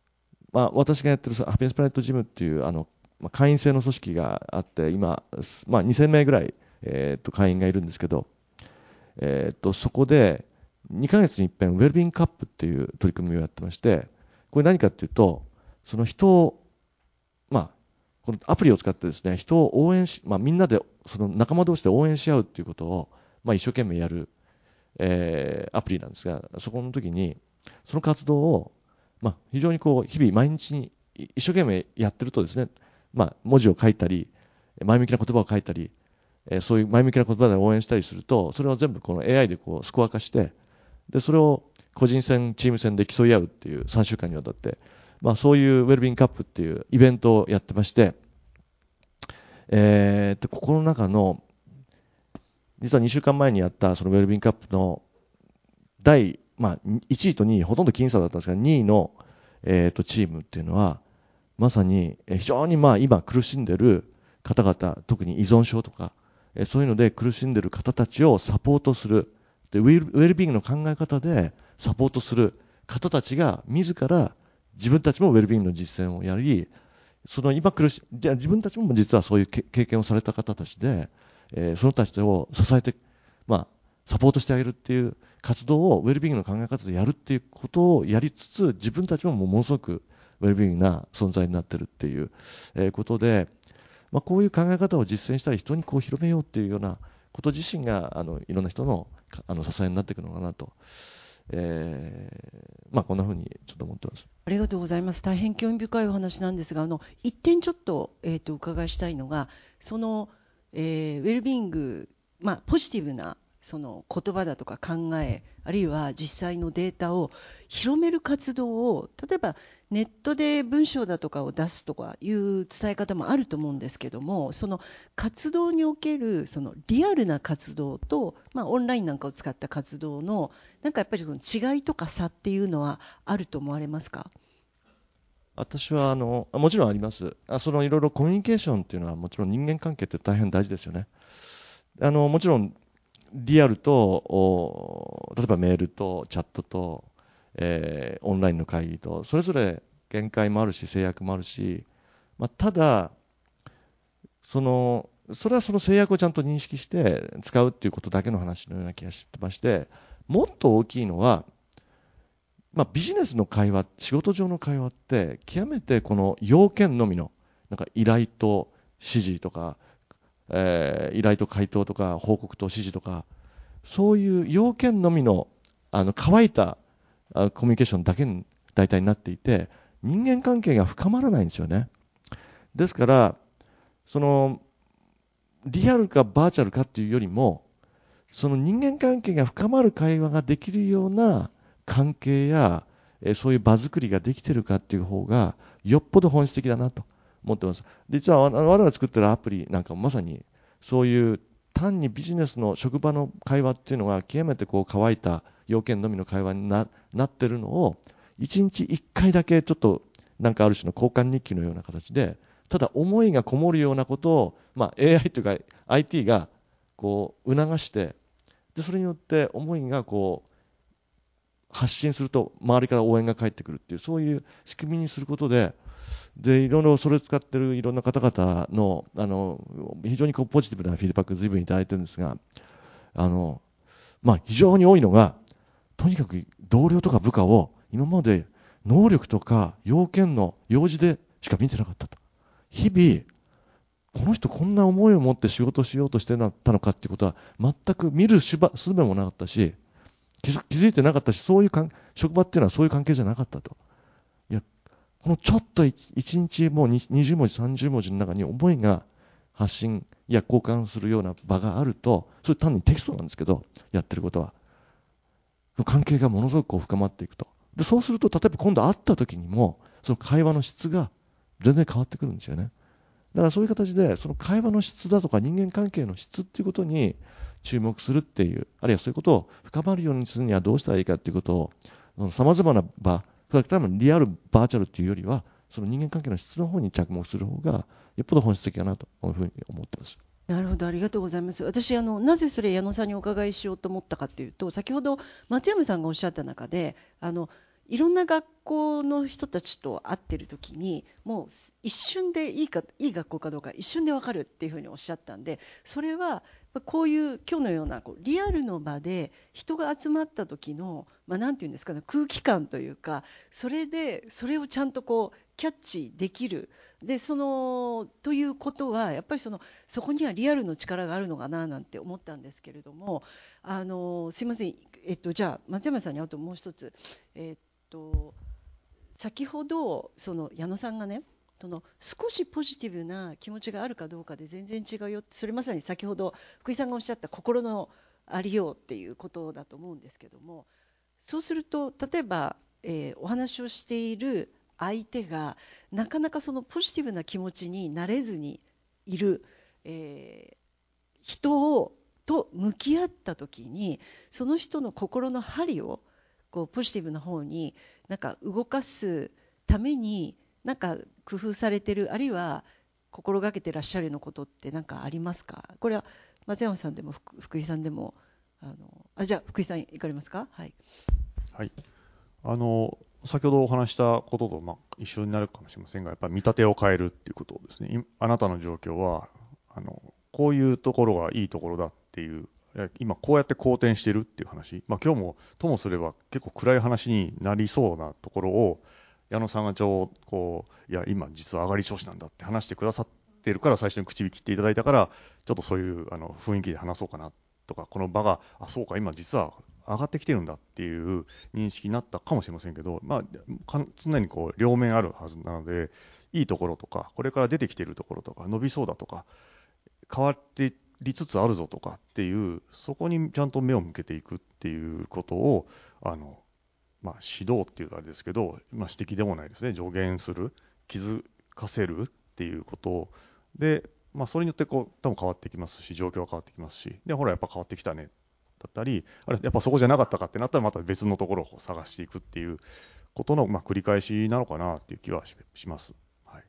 まあ、私がやってるハピネスプラネットジムっていうあの、まあ、会員制の組織があって今、まあ、にせんめいぐらい、えー、と会員がいるんですけど、えー、とそこでにかげつに一遍ウェルビーイングカップっていう取り組みをやってまして、これ何かっていうと、その人を、まあ、このアプリを使ってですね、人を応援し、まあ、みんなでその仲間同士で応援し合うっていうことを、まあ、一生懸命やる、えーアプリなんですが、そこの時にその活動を、まあ、非常にこう日々毎日に一生懸命やってるとですね、まあ、文字を書いたり前向きな言葉を書いたり、えーそういう前向きな言葉で応援したりすると、それを全部この エーアイ でこうスコア化して、でそれを個人戦チーム戦で競い合うっていうさんしゅうかんにわたって、まあ、そういうウェルビーイングカップっていうイベントをやってまして、えー、でここの中の実はにしゅうかんまえにやったそのウェルビーイングカップの第、まあ、いちいとにいほとんど僅差だったんですが、にいの、えー、とチームっていうのはまさに非常にまあ今苦しんでる方々、特に依存症とかそういうので苦しんでる方たちをサポートする、でウェル、ウェルビーイングの考え方でサポートする方たちが自ら自分たちもウェルビーイングの実践をやり、その今苦しじゃあ自分たちも実はそういう経験をされた方たちで、えー、その人たちを支えて、まあ、サポートしてあげるっていう活動をウェルビーイングの考え方でやるっていうことをやりつつ、自分たちもものすごくウェルビーイングな存在になっているっていう、えー、ことで、まあ、こういう考え方を実践したり人にこう広めようっていうようなこと自身があのいろんな人の、あの支えになっていくのかなと、えーまあ、こんなふうにちょっと思ってます。 ありがとうございます。大変興味深いお話なんですが、あの一点ちょっと、えー、とお伺いしたいのが、その、えーウェルビーイング、まあ、ポジティブなその言葉だとか考え、あるいは実際のデータを広める活動を、例えばネットで文章だとかを出すとかいう伝え方もあると思うんですけども、その活動におけるそのリアルな活動と、まあ、オンラインなんかを使った活動のなんかやっぱりその違いとか差っていうのはあると思われますか？ 私はあのもちろんあります。あそのいろいろコミュニケーションっていうのはもちろん人間関係って大変大事ですよね。あのもちろんリアルと例えばメールとチャットと、えーオンラインの会議とそれぞれ限界もあるし制約もあるし、まあ、ただそのそれはその制約をちゃんと認識して使うっていうことだけの話のような気がしてまして、もっと大きいのは、まあ、ビジネスの会話、仕事上の会話って極めてこの要件のみのなんか依頼と指示とか、えー依頼と回答とか報告と指示とか、そういう要件のみの、あの乾いたあコミュニケーションだけに大体になっていて、人間関係が深まらないんですよね。ですからそのリアルかバーチャルかっていうよりも、その人間関係が深まる会話ができるような関係や、えーそういう場作りができてるかっていう方がよっぽど本質的だなと思ってます。実はあの我々が作ってるアプリなんかもまさにそういう単にビジネスの職場の会話っていうのが極めてこう乾いた要件のみの会話に な, なってるのをいちにちいっかいだけちょっとなんかある種の交換日記のような形で、ただ思いがこもるようなことを、まあ、エーアイ というか アイティー がこう促して、でそれによって思いがこう発信すると周りから応援が返ってくるっていう、そういう仕組みにすることで、でいろいろそれを使ってるいろんな方々のあの非常にこうポジティブなフィードバック随分いただいてるんですが、あの、まあ、非常に多いのが、とにかく同僚とか部下を今まで能力とか要件の用事でしか見てなかったと。日々この人こんな思いを持って仕事をしようとしてなったのかっていうことは全く見る術もなかったし、気づ気づいてなかったし、そういうかん職場っていうのはそういう関係じゃなかったと。いや、このちょっといちにちもうにじゅうもじさんじゅうもじの中に思いが発信や交換するような場があると、それ単にテキストなんですけど、やってることは関係がものすごくこう深まっていくと。でそうすると例えば今度会った時にもその会話の質が全然変わってくるんですよね。だからそういう形でその会話の質だとか人間関係の質っていうことに注目するっていう、あるいはそういうことを深まるようにするにはどうしたらいいかっていうことをさまざまな場、多分リアルバーチャルっていうよりはその人間関係の質の方に着目する方がよっぽど本質的だなというふうに思ってます。 なるほど、ありがとうございます。私あのなぜそれ矢野さんにお伺いしようと思ったかというと、先ほど松山さんがおっしゃった中で、あのいろんな学校の人たちと会ってる時にもう一瞬でいいかいい学校かどうか一瞬で分かるっていうふうにおっしゃったんで、それはこういう今日のようなこうリアルの場で人が集まった時の、まあ、なんていうんですかね、空気感というか、それでそれをちゃんとこうキャッチできるでそのということはやっぱりそのそこにはリアルの力があるのかななんて思ったんですけれども、あのすいません、えっと、じゃあ松山さんにあともう一つ、えっと、先ほどその矢野さんがね、その少しポジティブな気持ちがあるかどうかで全然違うよって、それまさに先ほど福井さんがおっしゃった心のありようっていうことだと思うんですけども、そうすると例えば、えーお話をしている相手がなかなかそのポジティブな気持ちになれずにいる、えー人をと向き合った時に、その人の心の針をこうポジティブな方になんか動かすためになんか工夫されてる、あるいは心がけてらっしゃるようなことって何かありますか？これは松山さんでも福福井さんでも、あのあじゃあ福井さん行かれますか？はい。 はい。あの、先ほどお話したことと、まあ、一緒になるかもしれませんが、やっぱり見立てを変えるっていうことですね。いあなたの状況は、あの、こういうところがいいところだっていう、いや今こうやって好転してるっていう話、まあ今日もともすれば結構暗い話になりそうなところを、矢野さんがちょう、こう、いや、今実は上がり調子なんだって話してくださってるから最初に口引きっていただいたから、ちょっとそういうあの雰囲気で話そうかなとか、この場が、あ、そうか、今実は上がってきてるんだっていう認識になったかもしれませんけど、まあ、か常にこう両面あるはずなので、いいところとか、これから出てきているところとか、伸びそうだとか、変わってりつつあるぞとかっていう、そこにちゃんと目を向けていくっていうことを、あの、まあ、指導っていうとあれですけど、まあ、指摘でもないですね、助言する、気づかせるっていうことで、まあ、それによってこう多分変わってきますし、状況が変わってきますし、で、ほら、やっぱ変わってきたねだったり、あれ、やっぱそこじゃなかったかってなったら、また別のところを探していくっていうことの、まあ、繰り返しなのかなっていう気はしします。はい。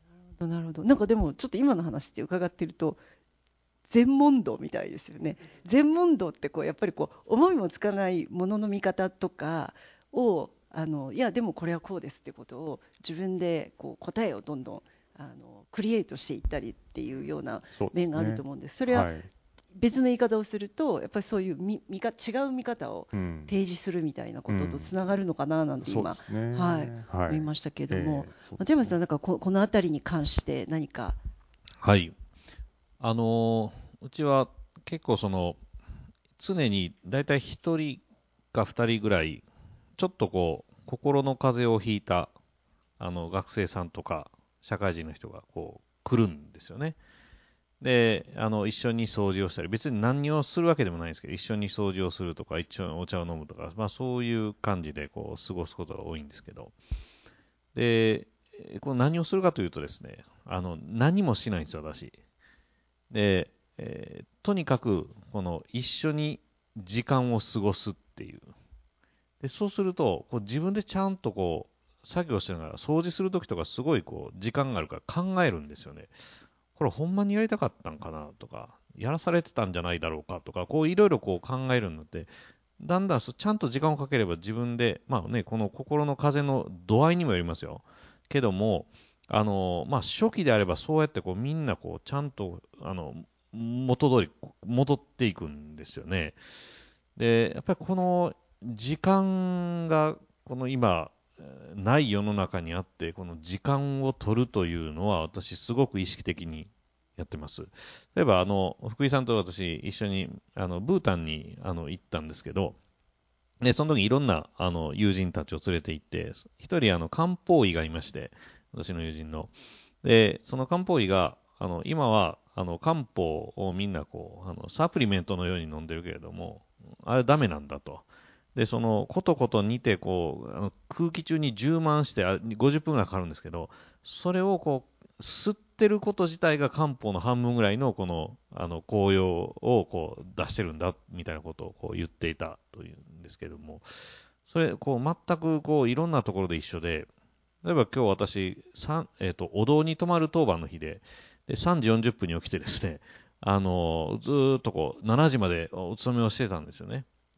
なるほど。なんかでもちょっと今の話って伺ってると全問答みたいですよね。全問答ってこうやっぱりこう思いもつかないものの見方とかを、あのいやでもこれはこうですってことを自分でこう答えをどんどんあのクリエイトしていったりっていうようなそうです面があるとね。 思うんです。それははい。 別の言い方をするとやっぱりそういう見見か違う見方をうん。 提示するみたいなうこととつなん。 がるのかななんて今、 そうですはい、 ね。はい。 思いましたけれども、 えー、そうですね。 松山さんなんかこ、この辺りに関して何か。 はい。あのーうちは結構その、常にだいたいひとりかふたりぐらい、ちょっとこう、心の風邪をひいた、あの、学生さんとか、社会人の人がこう、来るんですよね。で、あの、一緒に掃除をしたり、別に何をするわけでもないんですけど、一緒に掃除をするとか、一緒にお茶を飲むとか、まあそういう感じでこう、過ごすことが多いんですけど、で、この何をするかというとですね、あの、何もしないんですよ、私。で、えーとにかく、この一緒に時間を過ごすっていう。で、そうすると、こう自分でちゃんとこう、作業してながら、掃除するときとかすごいこう、時間があるから考えるんですよね。これほんまにやりたかったんかなとか、やらされてたんじゃないだろうかとか、こういろいろこう考えるので、だんだんちゃんと時間をかければ自分で、まあね、この心の風の度合いにもよりますよ。けども、あの、まあ初期であればそうやってこうみんなこうちゃんと、あの、元通り戻っていくんですよね。で、やっぱりこの時間が、この今、ない世の中にあって、この時間を取るというのは、私、すごく意識的にやってます。例えば、あの、福井さんと私、一緒に、あの、ブータンに、あの、行ったんですけど、で、その時いろんな、あの、友人たちを連れて行って、一人、あの、漢方医がいまして、私の友人の。で、その漢方医が、あの、今は、あの、漢方をみんなこう、あの、サプリメントのように飲んでるけれども、あれダメなんだと。で、その、ことこと煮て、こう、あの空気中に充満して、あごじゅっぷんぐらいかかるんですけど、それをこう、吸ってること自体が漢方の半分ぐらいの、この、あの、効用をこう、出してるんだ、みたいなことをこう言っていたというんですけども、それ、こう、全くこう、いろんなところで一緒で、例えば今日私、さんえっと、お堂に泊まる当番の日で、で、さんじよんじゅっぷんに起きてですね、あの、ずーっとこう、しちじまでお勤めをしてたんですよね。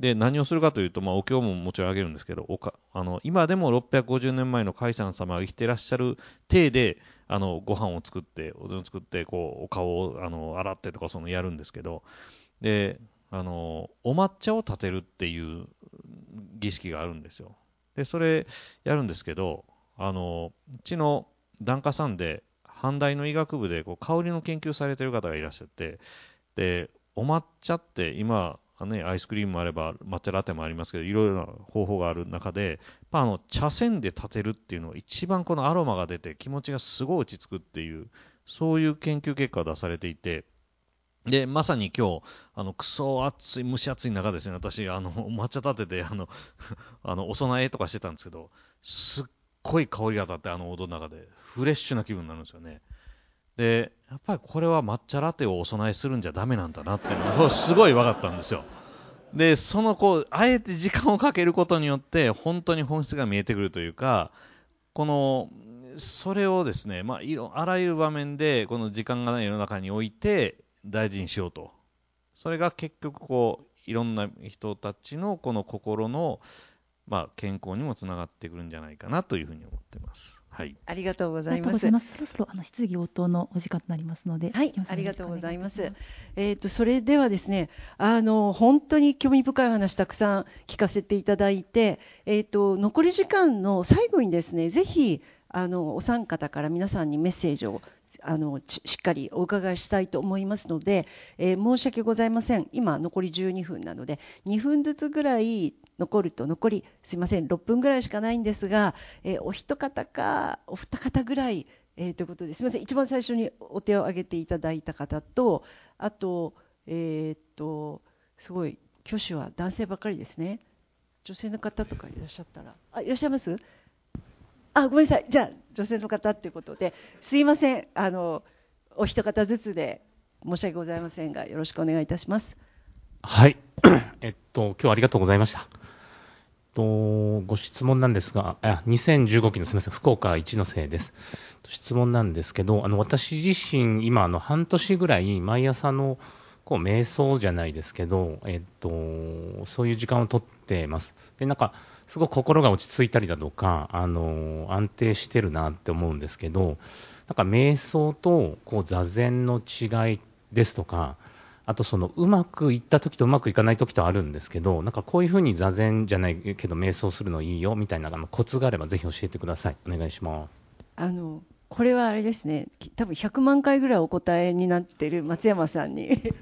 で、何をするかというと、まあ、お経ももちろんあげるんですけど、おかあの今でもろっぴゃくごじゅうねんまえの海さ様が生きてらっしゃる体で、あのご飯を作って、おでんを作って、こうお顔をあの洗ってとか、そのやるんですけど、で、あのお抹茶を立てるっていう儀式があるんですよ。で、それやるんですけど、あのうちの檀家さんで、阪大の医学部でこう香りの研究されてる方がいらっしゃって、で、お抹茶って今、ね、アイスクリームもあれば抹茶ラテもありますけど、いろいろな方法がある中で、まあ、あの茶筅で立てるっていうのが一番このアロマが出て気持ちがすごい落ち着くっていう、そういう研究結果を出されていて、で、まさに今日、あの、クソ暑い、蒸し暑い中ですね、私、あの、抹茶立てて、あの、あの、お供えとかしてたんですけど、すっごい香りが立って、あの、お堂の中で、フレッシュな気分になるんですよね。で、やっぱりこれは抹茶ラテをお供えするんじゃダメなんだなっていうのがすごい分かったんですよ。で、そのこう、あえて時間をかけることによって、本当に本質が見えてくるというか、この、それをですね、まあ、いろあらゆる場面で、この時間がない世の中において、大事にしようと。それが結局、こう、いろんな人たちのこの心の、まあ、健康にもつながってくるんじゃないかなというふうに思っています。はい。 ありがとうござありがとうごいます。 ざいます。そろそろあの質疑応答のお時間となりますので、 はいよろしくお願します。 ありがとうございます。えっと、それではですね、あの、本当に興味深いお話たくさん聞かせていただいて、えっと、残り時間の最後にですね、ぜひ、あの、お三方から皆さんにメッセージを、あの、ししっかりお伺いしたいと思いますので、えー申し訳ございません。今、残りじゅうにふんなので、にふんずつぐらい残ると、残り、すいません、ろっぷんぐらいしかないんですが、えーお一方か、お二方ぐらい、えー、ということですみません、一番最初にお手を挙げていただいた方と、あと、えー、っと、すごい、挙手は男性ばかりですね。女性の方とかいらっしゃったら、あ、いらっしゃいます？あ、ごめんなさい、じゃあ、女性の方ということで、すいません、あの、お一方ずつで申し訳ございませんが、よろしくお願いいたします。 はい。えっと、今日はありがとうございました。とご質問なんですが、あにせんじゅうごきのすみません、福岡一ノ瀬です。質問なんですけど、あの私自身、今、あの半年ぐらい、毎朝のこう瞑想じゃないですけど、えっと、そういう時間をとってます。で、なんか、すごく心が落ち着いたりだとか、あの安定してるなって思うんですけど、なんか瞑想とこう座禅の違いですとか、あとそのうまくいった時とうまくいかない時とあるんですけど、なんかこういうふうに座禅じゃないけど瞑想するのいいよみたいなあのコツがあればぜひ教えてください。お願いします。 あの、これはあれですね、多分ひゃくまんかいぐらいお答えになっている松山さんに。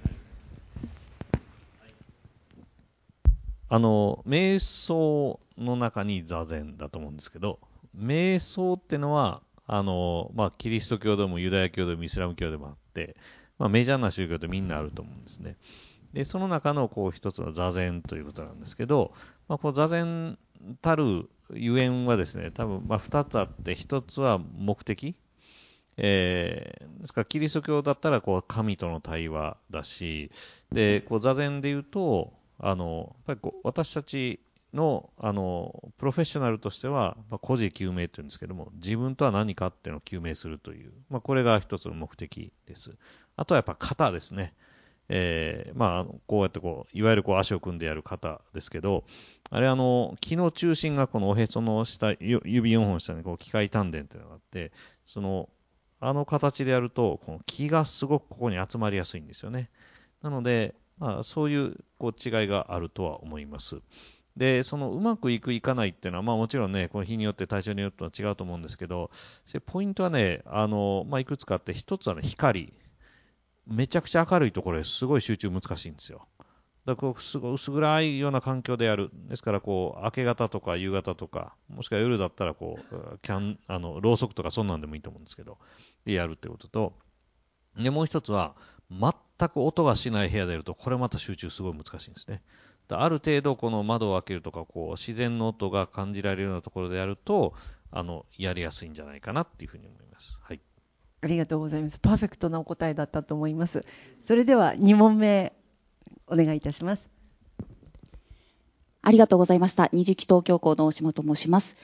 あの、瞑想の中に座禅だと思うんですけど、瞑想ってのは、あの、まあ、キリスト教でもユダヤ教でもイスラム教でもあって、まあ、メジャーな宗教ってみんなあると思うんですね。で、その中のこう一つの座禅ということなんですけど、まあ、こう座禅たるゆえんはですね、多分まあ二つあって、一つは目的、えー、ですからキリスト教だったらこう神との対話だし、でこう座禅で言うと、あのやっぱりこう私たちのあのプロフェッショナルとしては、まあ、孤児究明というんですけども、自分とは何かっていうのを究明するという、まあ、これが一つの目的です。あとはやっぱ型ですね。えー、まあ、こうやってこう、いわゆるこう足を組んでやる型ですけど、あれあの、気の中心がこのおへその下、指よんほん下にこう機械丹田っていうのがあって、その、あの形でやると、この気がすごくここに集まりやすいんですよね。なので、まあ、そういうこう違いがあるとは思います。で、そのうまくいくいかないっていうのは、まあもちろんね、この日によって対象によっては違うと思うんですけど、ポイントはね、あの、まあいくつかあって、一つはね、光。めちゃくちゃ明るいところですごい集中難しいんですよ。だからこうすごい薄暗いような環境でやる。ですからこう明け方とか夕方とか、もしくは夜だったらこうキャンあのろうそくとかそんなんでもいいと思うんですけど、でやるってことと、でもう一つは全く音がしない部屋でやると、これまた集中すごい難しいんですね。ある程度この窓を開けるとかこう自然の音が感じられるようなところでやると、あのやりやすいんじゃないかなっていうふうに思います。はい。 ありがとうございます。パーフェクトなお答えだったと思います。それではに問目お願いいたします。 ありがとうございました。二次期東京校の大島と申します。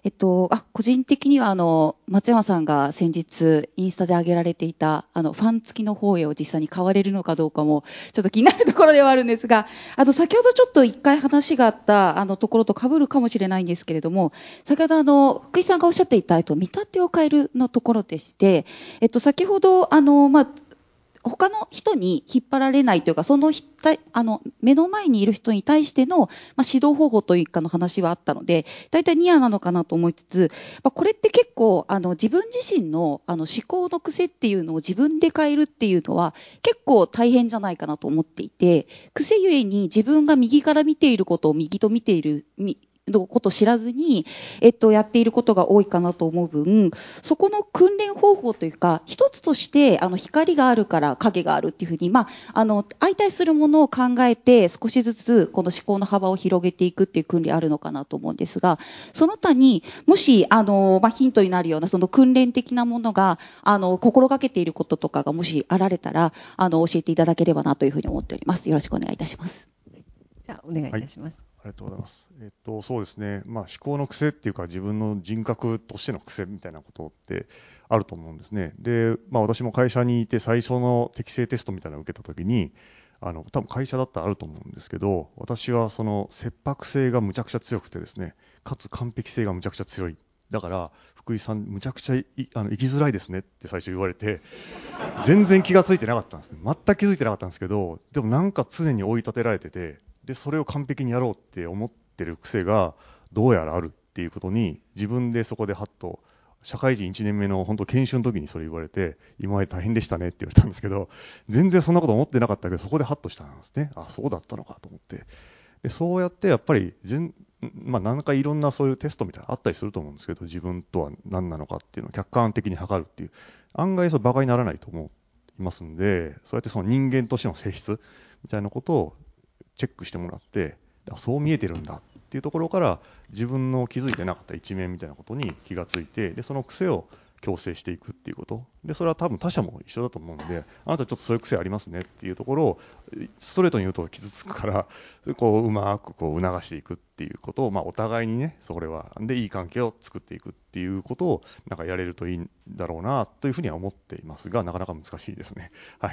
えっと、あ、個人的には、あの、松山さんが先日、インスタで上げられていた、あの、ファン付きの方へを実際に買われるのかどうかも、ちょっと気になるところではあるんですが、あの、先ほどちょっと一回話があった、あの、ところと被るかもしれないんですけれども、先ほどあの、福井さんがおっしゃっていた、えっと、見立てを変えるのところでして、えっと、先ほど、あの、まあ、他の人に引っ張られないというか、そのあの目の前にいる人に対しての、まあ、指導方法というかの話はあったので、大体ニアなのかなと思いつつ、まあ、これって結構あの自分自身の、あの思考の癖っていうのを自分で変えるっていうのは結構大変じゃないかなと思っていて、癖ゆえに自分が右から見ていることを右と見ているのことを知らずに、えっと、やっていることが多いかなと思う分、そこの訓練方法というか、一つとしてあの光があるから影があるっていうふうに、まあ、あの相対するものを考えて少しずつこの思考の幅を広げていくっていう訓練あるのかなと思うんですが、その他にもしあの、まあ、ヒントになるようなその訓練的なものがあの心がけていることとかがもしあられたら、あの教えていただければなというふうに思っております。よろしくお願いいたします。 じゃあお願いいたします。はい、 ありがとうございます。えっと、そうですね。まあ、思考の癖っていうか、自分の人格としての癖みたいなことってあると思うんですね。で、まあ、私も会社にいて最初の適性テストみたいなのを受けたときに、あの、多分会社だったらあると思うんですけど、私はその切迫性がむちゃくちゃ強くてですね、かつ完璧性がむちゃくちゃ強い。だから、福井さん、むちゃくちゃいあの生きづらいですねって最初言われて、全然気がついてなかったんですね。全く気づいてなかったんですけど、でもなんか常に追い立てられてて、でそれを完璧にやろうって思ってる癖がどうやらあるっていうことに、自分でそこでハッと、社会人いちねんめの本当研修の時にそれ言われて、今まで大変でしたねって言われたんですけど、全然そんなこと思ってなかったけど、そこでハッとしたんですね。あ、そうだったのかと思って。でそうやってやっぱり全、まあ、何かいろんなそういうテストみたいなのあったりすると思うんですけど、自分とは何なのかっていうのを客観的に測るっていう、案外それ馬鹿にならないと思いますんで、そうやってその人間としての性質みたいなことをチェックしてもらって、そう見えてるんだっていうところから自分の気づいてなかった一面みたいなことに気がついて、でその癖を矯正していくっていうことで、それは多分他者も一緒だと思うんで、あなたちょっとそういう癖ありますねっていうところをストレートに言うと傷つくから、こううまくこう促していくっていうことを、まあ、お互いにね、それはでいい関係を作っていくっていうことをなんかやれるといいんだろうなというふうには思っていますが、なかなか難しいですね。はい。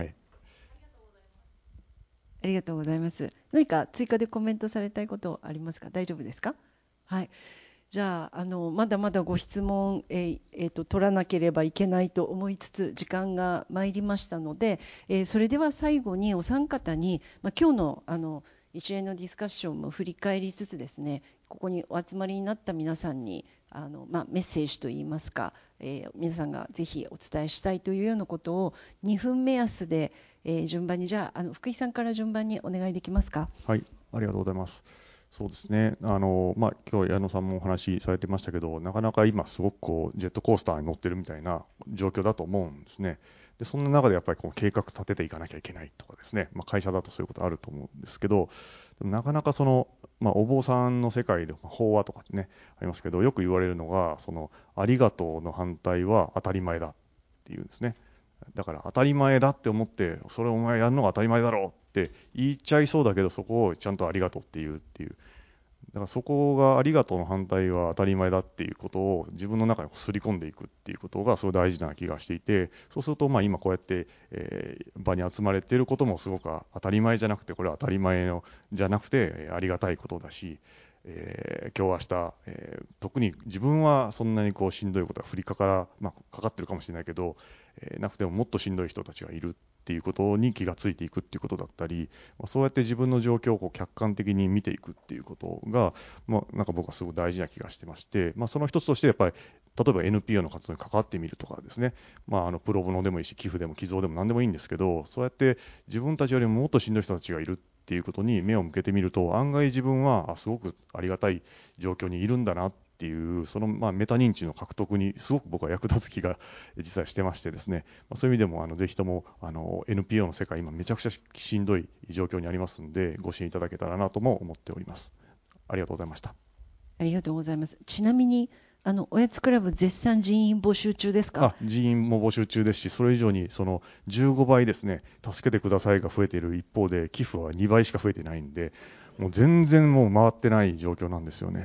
ありがとうございます。何か追加でコメントされたいことありますか？大丈夫ですか？はい。じゃあ、あのまだまだご質問、えーえーと取らなければいけないと思いつつ時間が参りましたので、えーそれでは最後にお三方に、まあ、今日のあの一連のディスカッションも振り返りつつですね、ここにお集まりになった皆さんにあの、まあ、メッセージといいますか、えー皆さんがぜひお伝えしたいというようなことをにふん目安で、えー順番に、じゃあ、あの福井さんから順番にお願いできますか？ はい、ありがとうございます。そうですね。あの、まあ、今日矢野さんもお話しされてましたけど、なかなか今すごくこうジェットコースターに乗ってるみたいな状況だと思うんですね。で、そんな中でやっぱりこう計画立てていかなきゃいけないとかですね。まあ、会社だとそういうことあると思うんですけど、なかなかその、まあ、お坊さんの世界で法話とかってね、ありますけど、よく言われるのが、その、ありがとうの反対は当たり前だっていうんですね。だから当たり前だって思って、それお前やるのが当たり前だろうって言っちゃいそうだけど、そこをちゃんとありがとうって言うっていう。だからそこがありがとうの反対は当たり前だっていうことを自分の中にすり込んでいくっていうことがすごい大事な気がしていて、そうするとまあ今こうやって、えー場に集まれていることもすごく当たり前じゃなくて、これは当たり前のじゃなくてありがたいことだし、えー今日明日、えー特に自分はそんなにこうしんどいことが降りかから、まあ、かかってるかもしれないけど、えーなくてももっとしんどい人たちがいるっていうことに気がついていくっていうことだったり、まあ、そうやって自分の状況をこう客観的に見ていくっていうことが、まあ、なんか僕はすごく大事な気がしてまして、まあ、その一つとしてやっぱり例えば エヌピーオー の活動に関わってみるとかですね、まあ、あのプロボノでもいいし寄付でも寄贈でも何でもいいんですけど、そうやって自分たちよりももっとしんどい人たちがいるっていうことに目を向けてみると、案外自分はあすごくありがたい状況にいるんだなっていう、そのまあメタ認知の獲得にすごく僕は役立つ気が実はしてましてですね、まあ、そういう意味でもあのぜひともあの エヌピーオー の世界今めちゃくちゃしんどい状況にありますので、ご支援いただけたらなとも思っております。ありがとうございました。 ありがとうございます。ちなみにあのおやつクラブ絶賛人員募集中ですか？ あ、人員も募集中ですし、それ以上にそのじゅうごばいですね、助けてくださいが増えている一方で、寄付はにばいしか増えてないんで、もう全然もう回ってない状況なんですよね。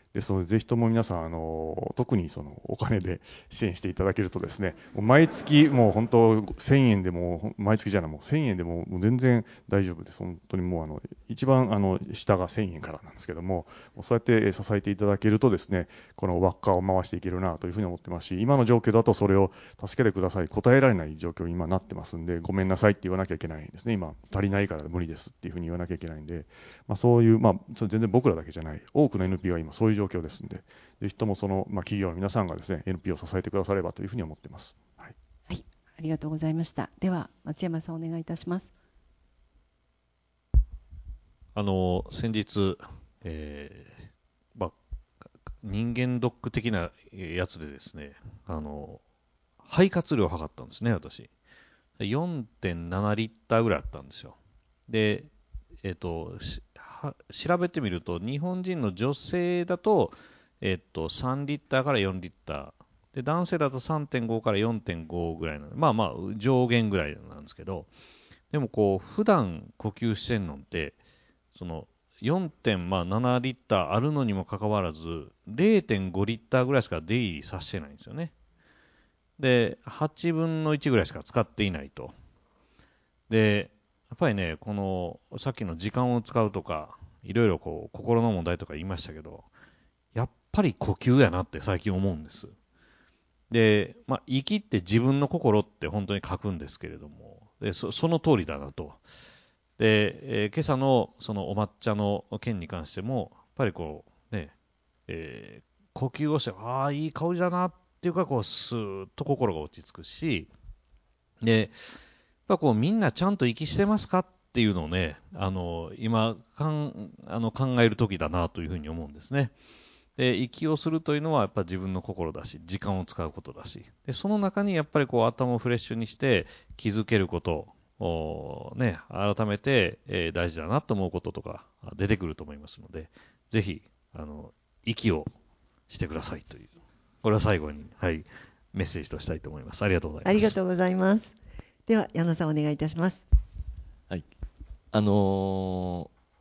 ですので、ぜひとも皆さん、あの特にそのお金で支援していただけるとですね、もう毎月もう本当せんえんでも、毎月じゃない、もうせんえんでももう全然大丈夫です。本当にもうあの一番あの下がせんえんからなんですけども、もうそうやって支えていただけるとですね、この輪っかを回していけるなというふうに思ってますし、今の状況だとそれを助けてください、答えられない状況に今なってますんで、ごめんなさいって言わなきゃいけないんですね。今足りないから無理ですっていうふうに言わなきゃいけないんで、まあ、そういう、まあ、それ全然僕らだけじゃない、多くの エヌピーオー は今そういう状況ですんで、ぜひともその、まあ、企業の皆さんがですね、エヌピーオー を支えてくださればというふうに思っています。はい。 はい、ありがとうございました。では松山さんお願いいたします。 あの先日、えーまあ、人間ドック的なやつでですね、あの肺活量を測ったんですね、私。よんてんななリッターぐらいあったんですよ。で、えっと、調べてみると、日本人の女性だと、えっと、さんリッターからよんリッター。で、男性だと さんてんご から よんてんご ぐらいなので、まあまあ、上限ぐらいなんですけど、でもこう、普段呼吸してんのって、その、よんてんなな リッターあるのにもかかわらず、れいてんご リッターぐらいしか出入りさせてないんですよね。で、はちぶんのいちぐらいしか使っていないと。で、やっぱりね、この、さっきの時間を使うとか、いろいろこう、心の問題とか言いましたけど、やっぱり呼吸やなって最近思うんです。で、まあ、息って自分の心って本当に書くんですけれども、で そ, その通りだなと。で、えー今朝のそのお抹茶の件に関しても、やっぱりこう、ね、えー呼吸をして、ああ、いい香りだなっていうか、こう、スーッと心が落ち着くし、で、やっぱこう、みんなちゃんと息してますかっていうのをね、あの、今かんあの考える時だなというふうに思うんですね。で、息をするというのはやっぱ自分の心だし、時間を使うことだし、で、その中にやっぱりこう頭をフレッシュにして気づけること、をね、改めて、えー大事だなと思うこととか出てくると思いますので、ぜひ、あの、息をしてくださいという、これは最後に、はい、メッセージとしたいと思います。ありがとうございます。 ありがとうございます。では矢野さんお願いいたします。 はい。あのー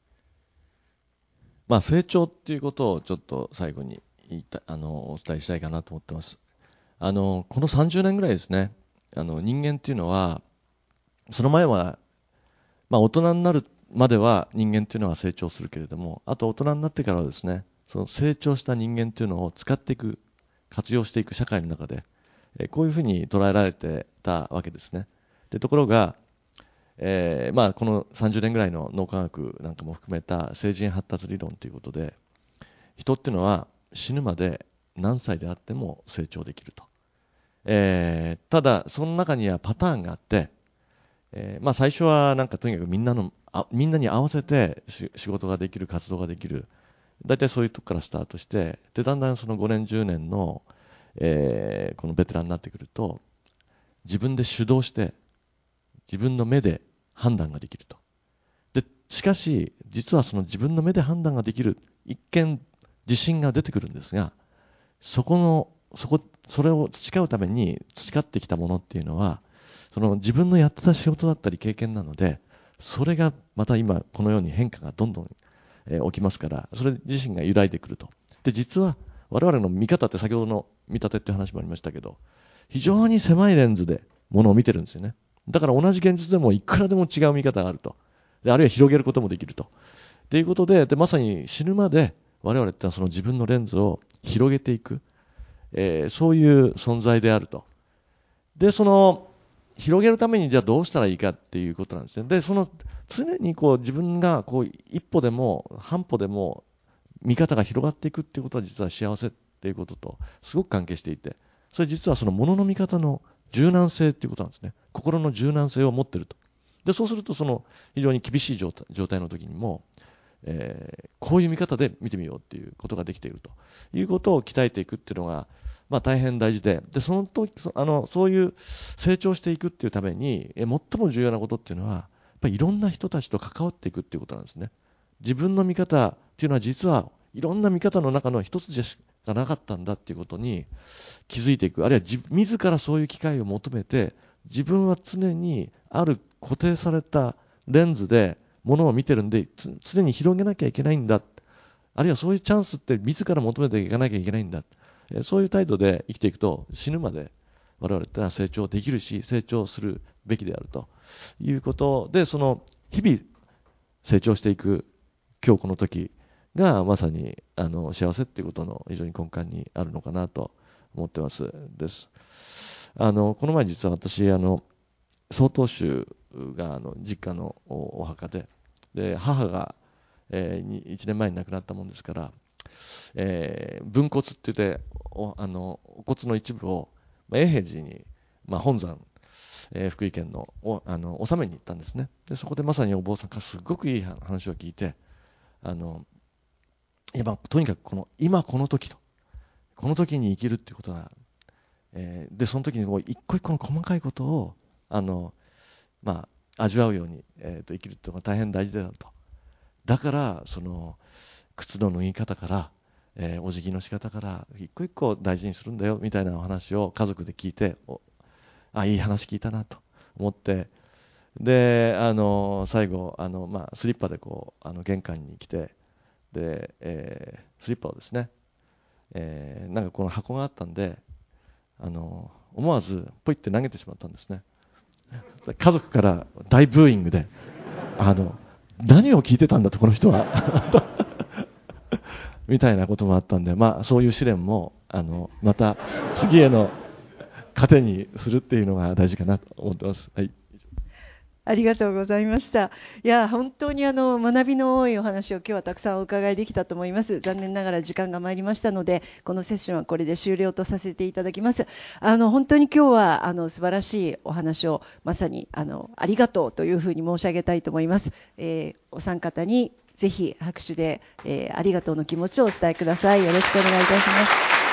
まあ、成長っていうことをちょっと最後に言いたあのお伝えしたいかなと思ってます。あのこのさんじゅうねんぐらいですね、あの人間っていうのは、その前は、まあ、大人になるまでは人間っていうのは成長するけれども、あと大人になってからはですね、その成長した人間っていうのを使っていく、活用していく社会の中で、えこういうふうに捉えられてたわけですね。でところが、えーまあ、このさんじゅうねんぐらいの脳科学なんかも含めた成人発達理論ということで、人っていうのは死ぬまで何歳であっても成長できると。えーただその中にはパターンがあって、えーまあ、最初はなんかとにかくみんなのあみんなに合わせてし仕事ができる、活動ができる、大体そういうとこからスタートして、でだんだんそのごねんじゅうねんの、えーこのベテランになってくると、自分で主導して自分の目で判断ができると。でしかし実はその自分の目で判断ができる、一見自信が出てくるんですが、そこのそこそれを培うために培ってきたものっていうのは、その自分のやってた仕事だったり経験なので、それがまた今このように変化がどんどん、えー起きますから、それ自身が揺らいでくると。で実は我々の見方って、先ほどの見立てっていう話もありましたけど、非常に狭いレンズでものを見てるんですよね。だから同じ現実でもいくらでも違う見方があると。であるいは広げることもできると。ということで、でまさに死ぬまで我々ってのはその自分のレンズを広げていく、えーそういう存在であると。でその広げるためにじゃあどうしたらいいかっていうことなんですね。でその常にこう自分がこう一歩でも半歩でも見方が広がっていくっていうことは、実は幸せっていうこととすごく関係していて、それ実はそのものの見方の柔軟性っていうことなんですね。心の柔軟性を持っていると。でそうするとその非常に厳しい状態状態の時にも、えーこういう見方で見てみようっていうことができているということを鍛えていくっていうのが、まあ、大変大事で、でその時そあのそういう成長していくっていうために、え最も重要なことっていうのは、やっぱりいろんな人たちと関わっていくっていうことなんですね。自分の見方っていうのは実はいろんな見方の中の一つしかなかったんだっていうことに気づいていく、あるいは自自らそういう機会を求めて、自分は常にある固定されたレンズでものを見てるんで、つ常に広げなきゃいけないんだ、 あるいはそういうチャンスって自ら求めていかなきゃいけないんだ、そういう態度で生きていくと死ぬまで我々ってのは成長できるし、成長するべきであるということで、その日々成長していく今日この時がまさにあの幸せっていうことの非常に根幹にあるのかなと思ってますです。あのこの前実は私あの曹洞宗があの実家のお墓で、で母が、えー、いちねんまえに亡くなったもんですから、えー、分骨って言っておあのお骨の一部を、まあ、永平寺に、まあ、本山、えー、福井県のおあの納めに行ったんですね。でそこでまさにお坊さんからすごくいい話を聞いて、あの今とにかくこの今この時とこの時に生きるっていうことが、えー、でその時にこう一個一個の細かいことをあの、まあ、味わうように、えー、と生きるっていうのが大変大事だと。だからその靴の脱ぎ方から、えー、お辞儀の仕方から一個一個大事にするんだよみたいなお話を家族で聞いて、おあいい話聞いたなと思って、であの最後あの、まあ、スリッパでこうあの玄関に来て、で、えー、スリッパをですね、えー、なんかこの箱があったんで、あの思わずポイって投げてしまったんですね。家族から大ブーイングで、あの何を聞いてたんだとこの人はみたいなこともあったんで、まあそういう試練もあのまた次への糧にするっていうのが大事かなと思ってます。はい。 ありがとうございました。いや、本当にあの学びの多いお話を今日はたくさんお伺いできたと思います。残念ながら時間が参りましたので、このセッションはこれで終了とさせていただきます。あの本当に今日はあの素晴らしいお話をまさにあのありがとうというふうに申し上げたいと思います。えー、お三方にぜひ拍手で、えー、ありがとうの気持ちをお伝えください。よろしくお願いいたします。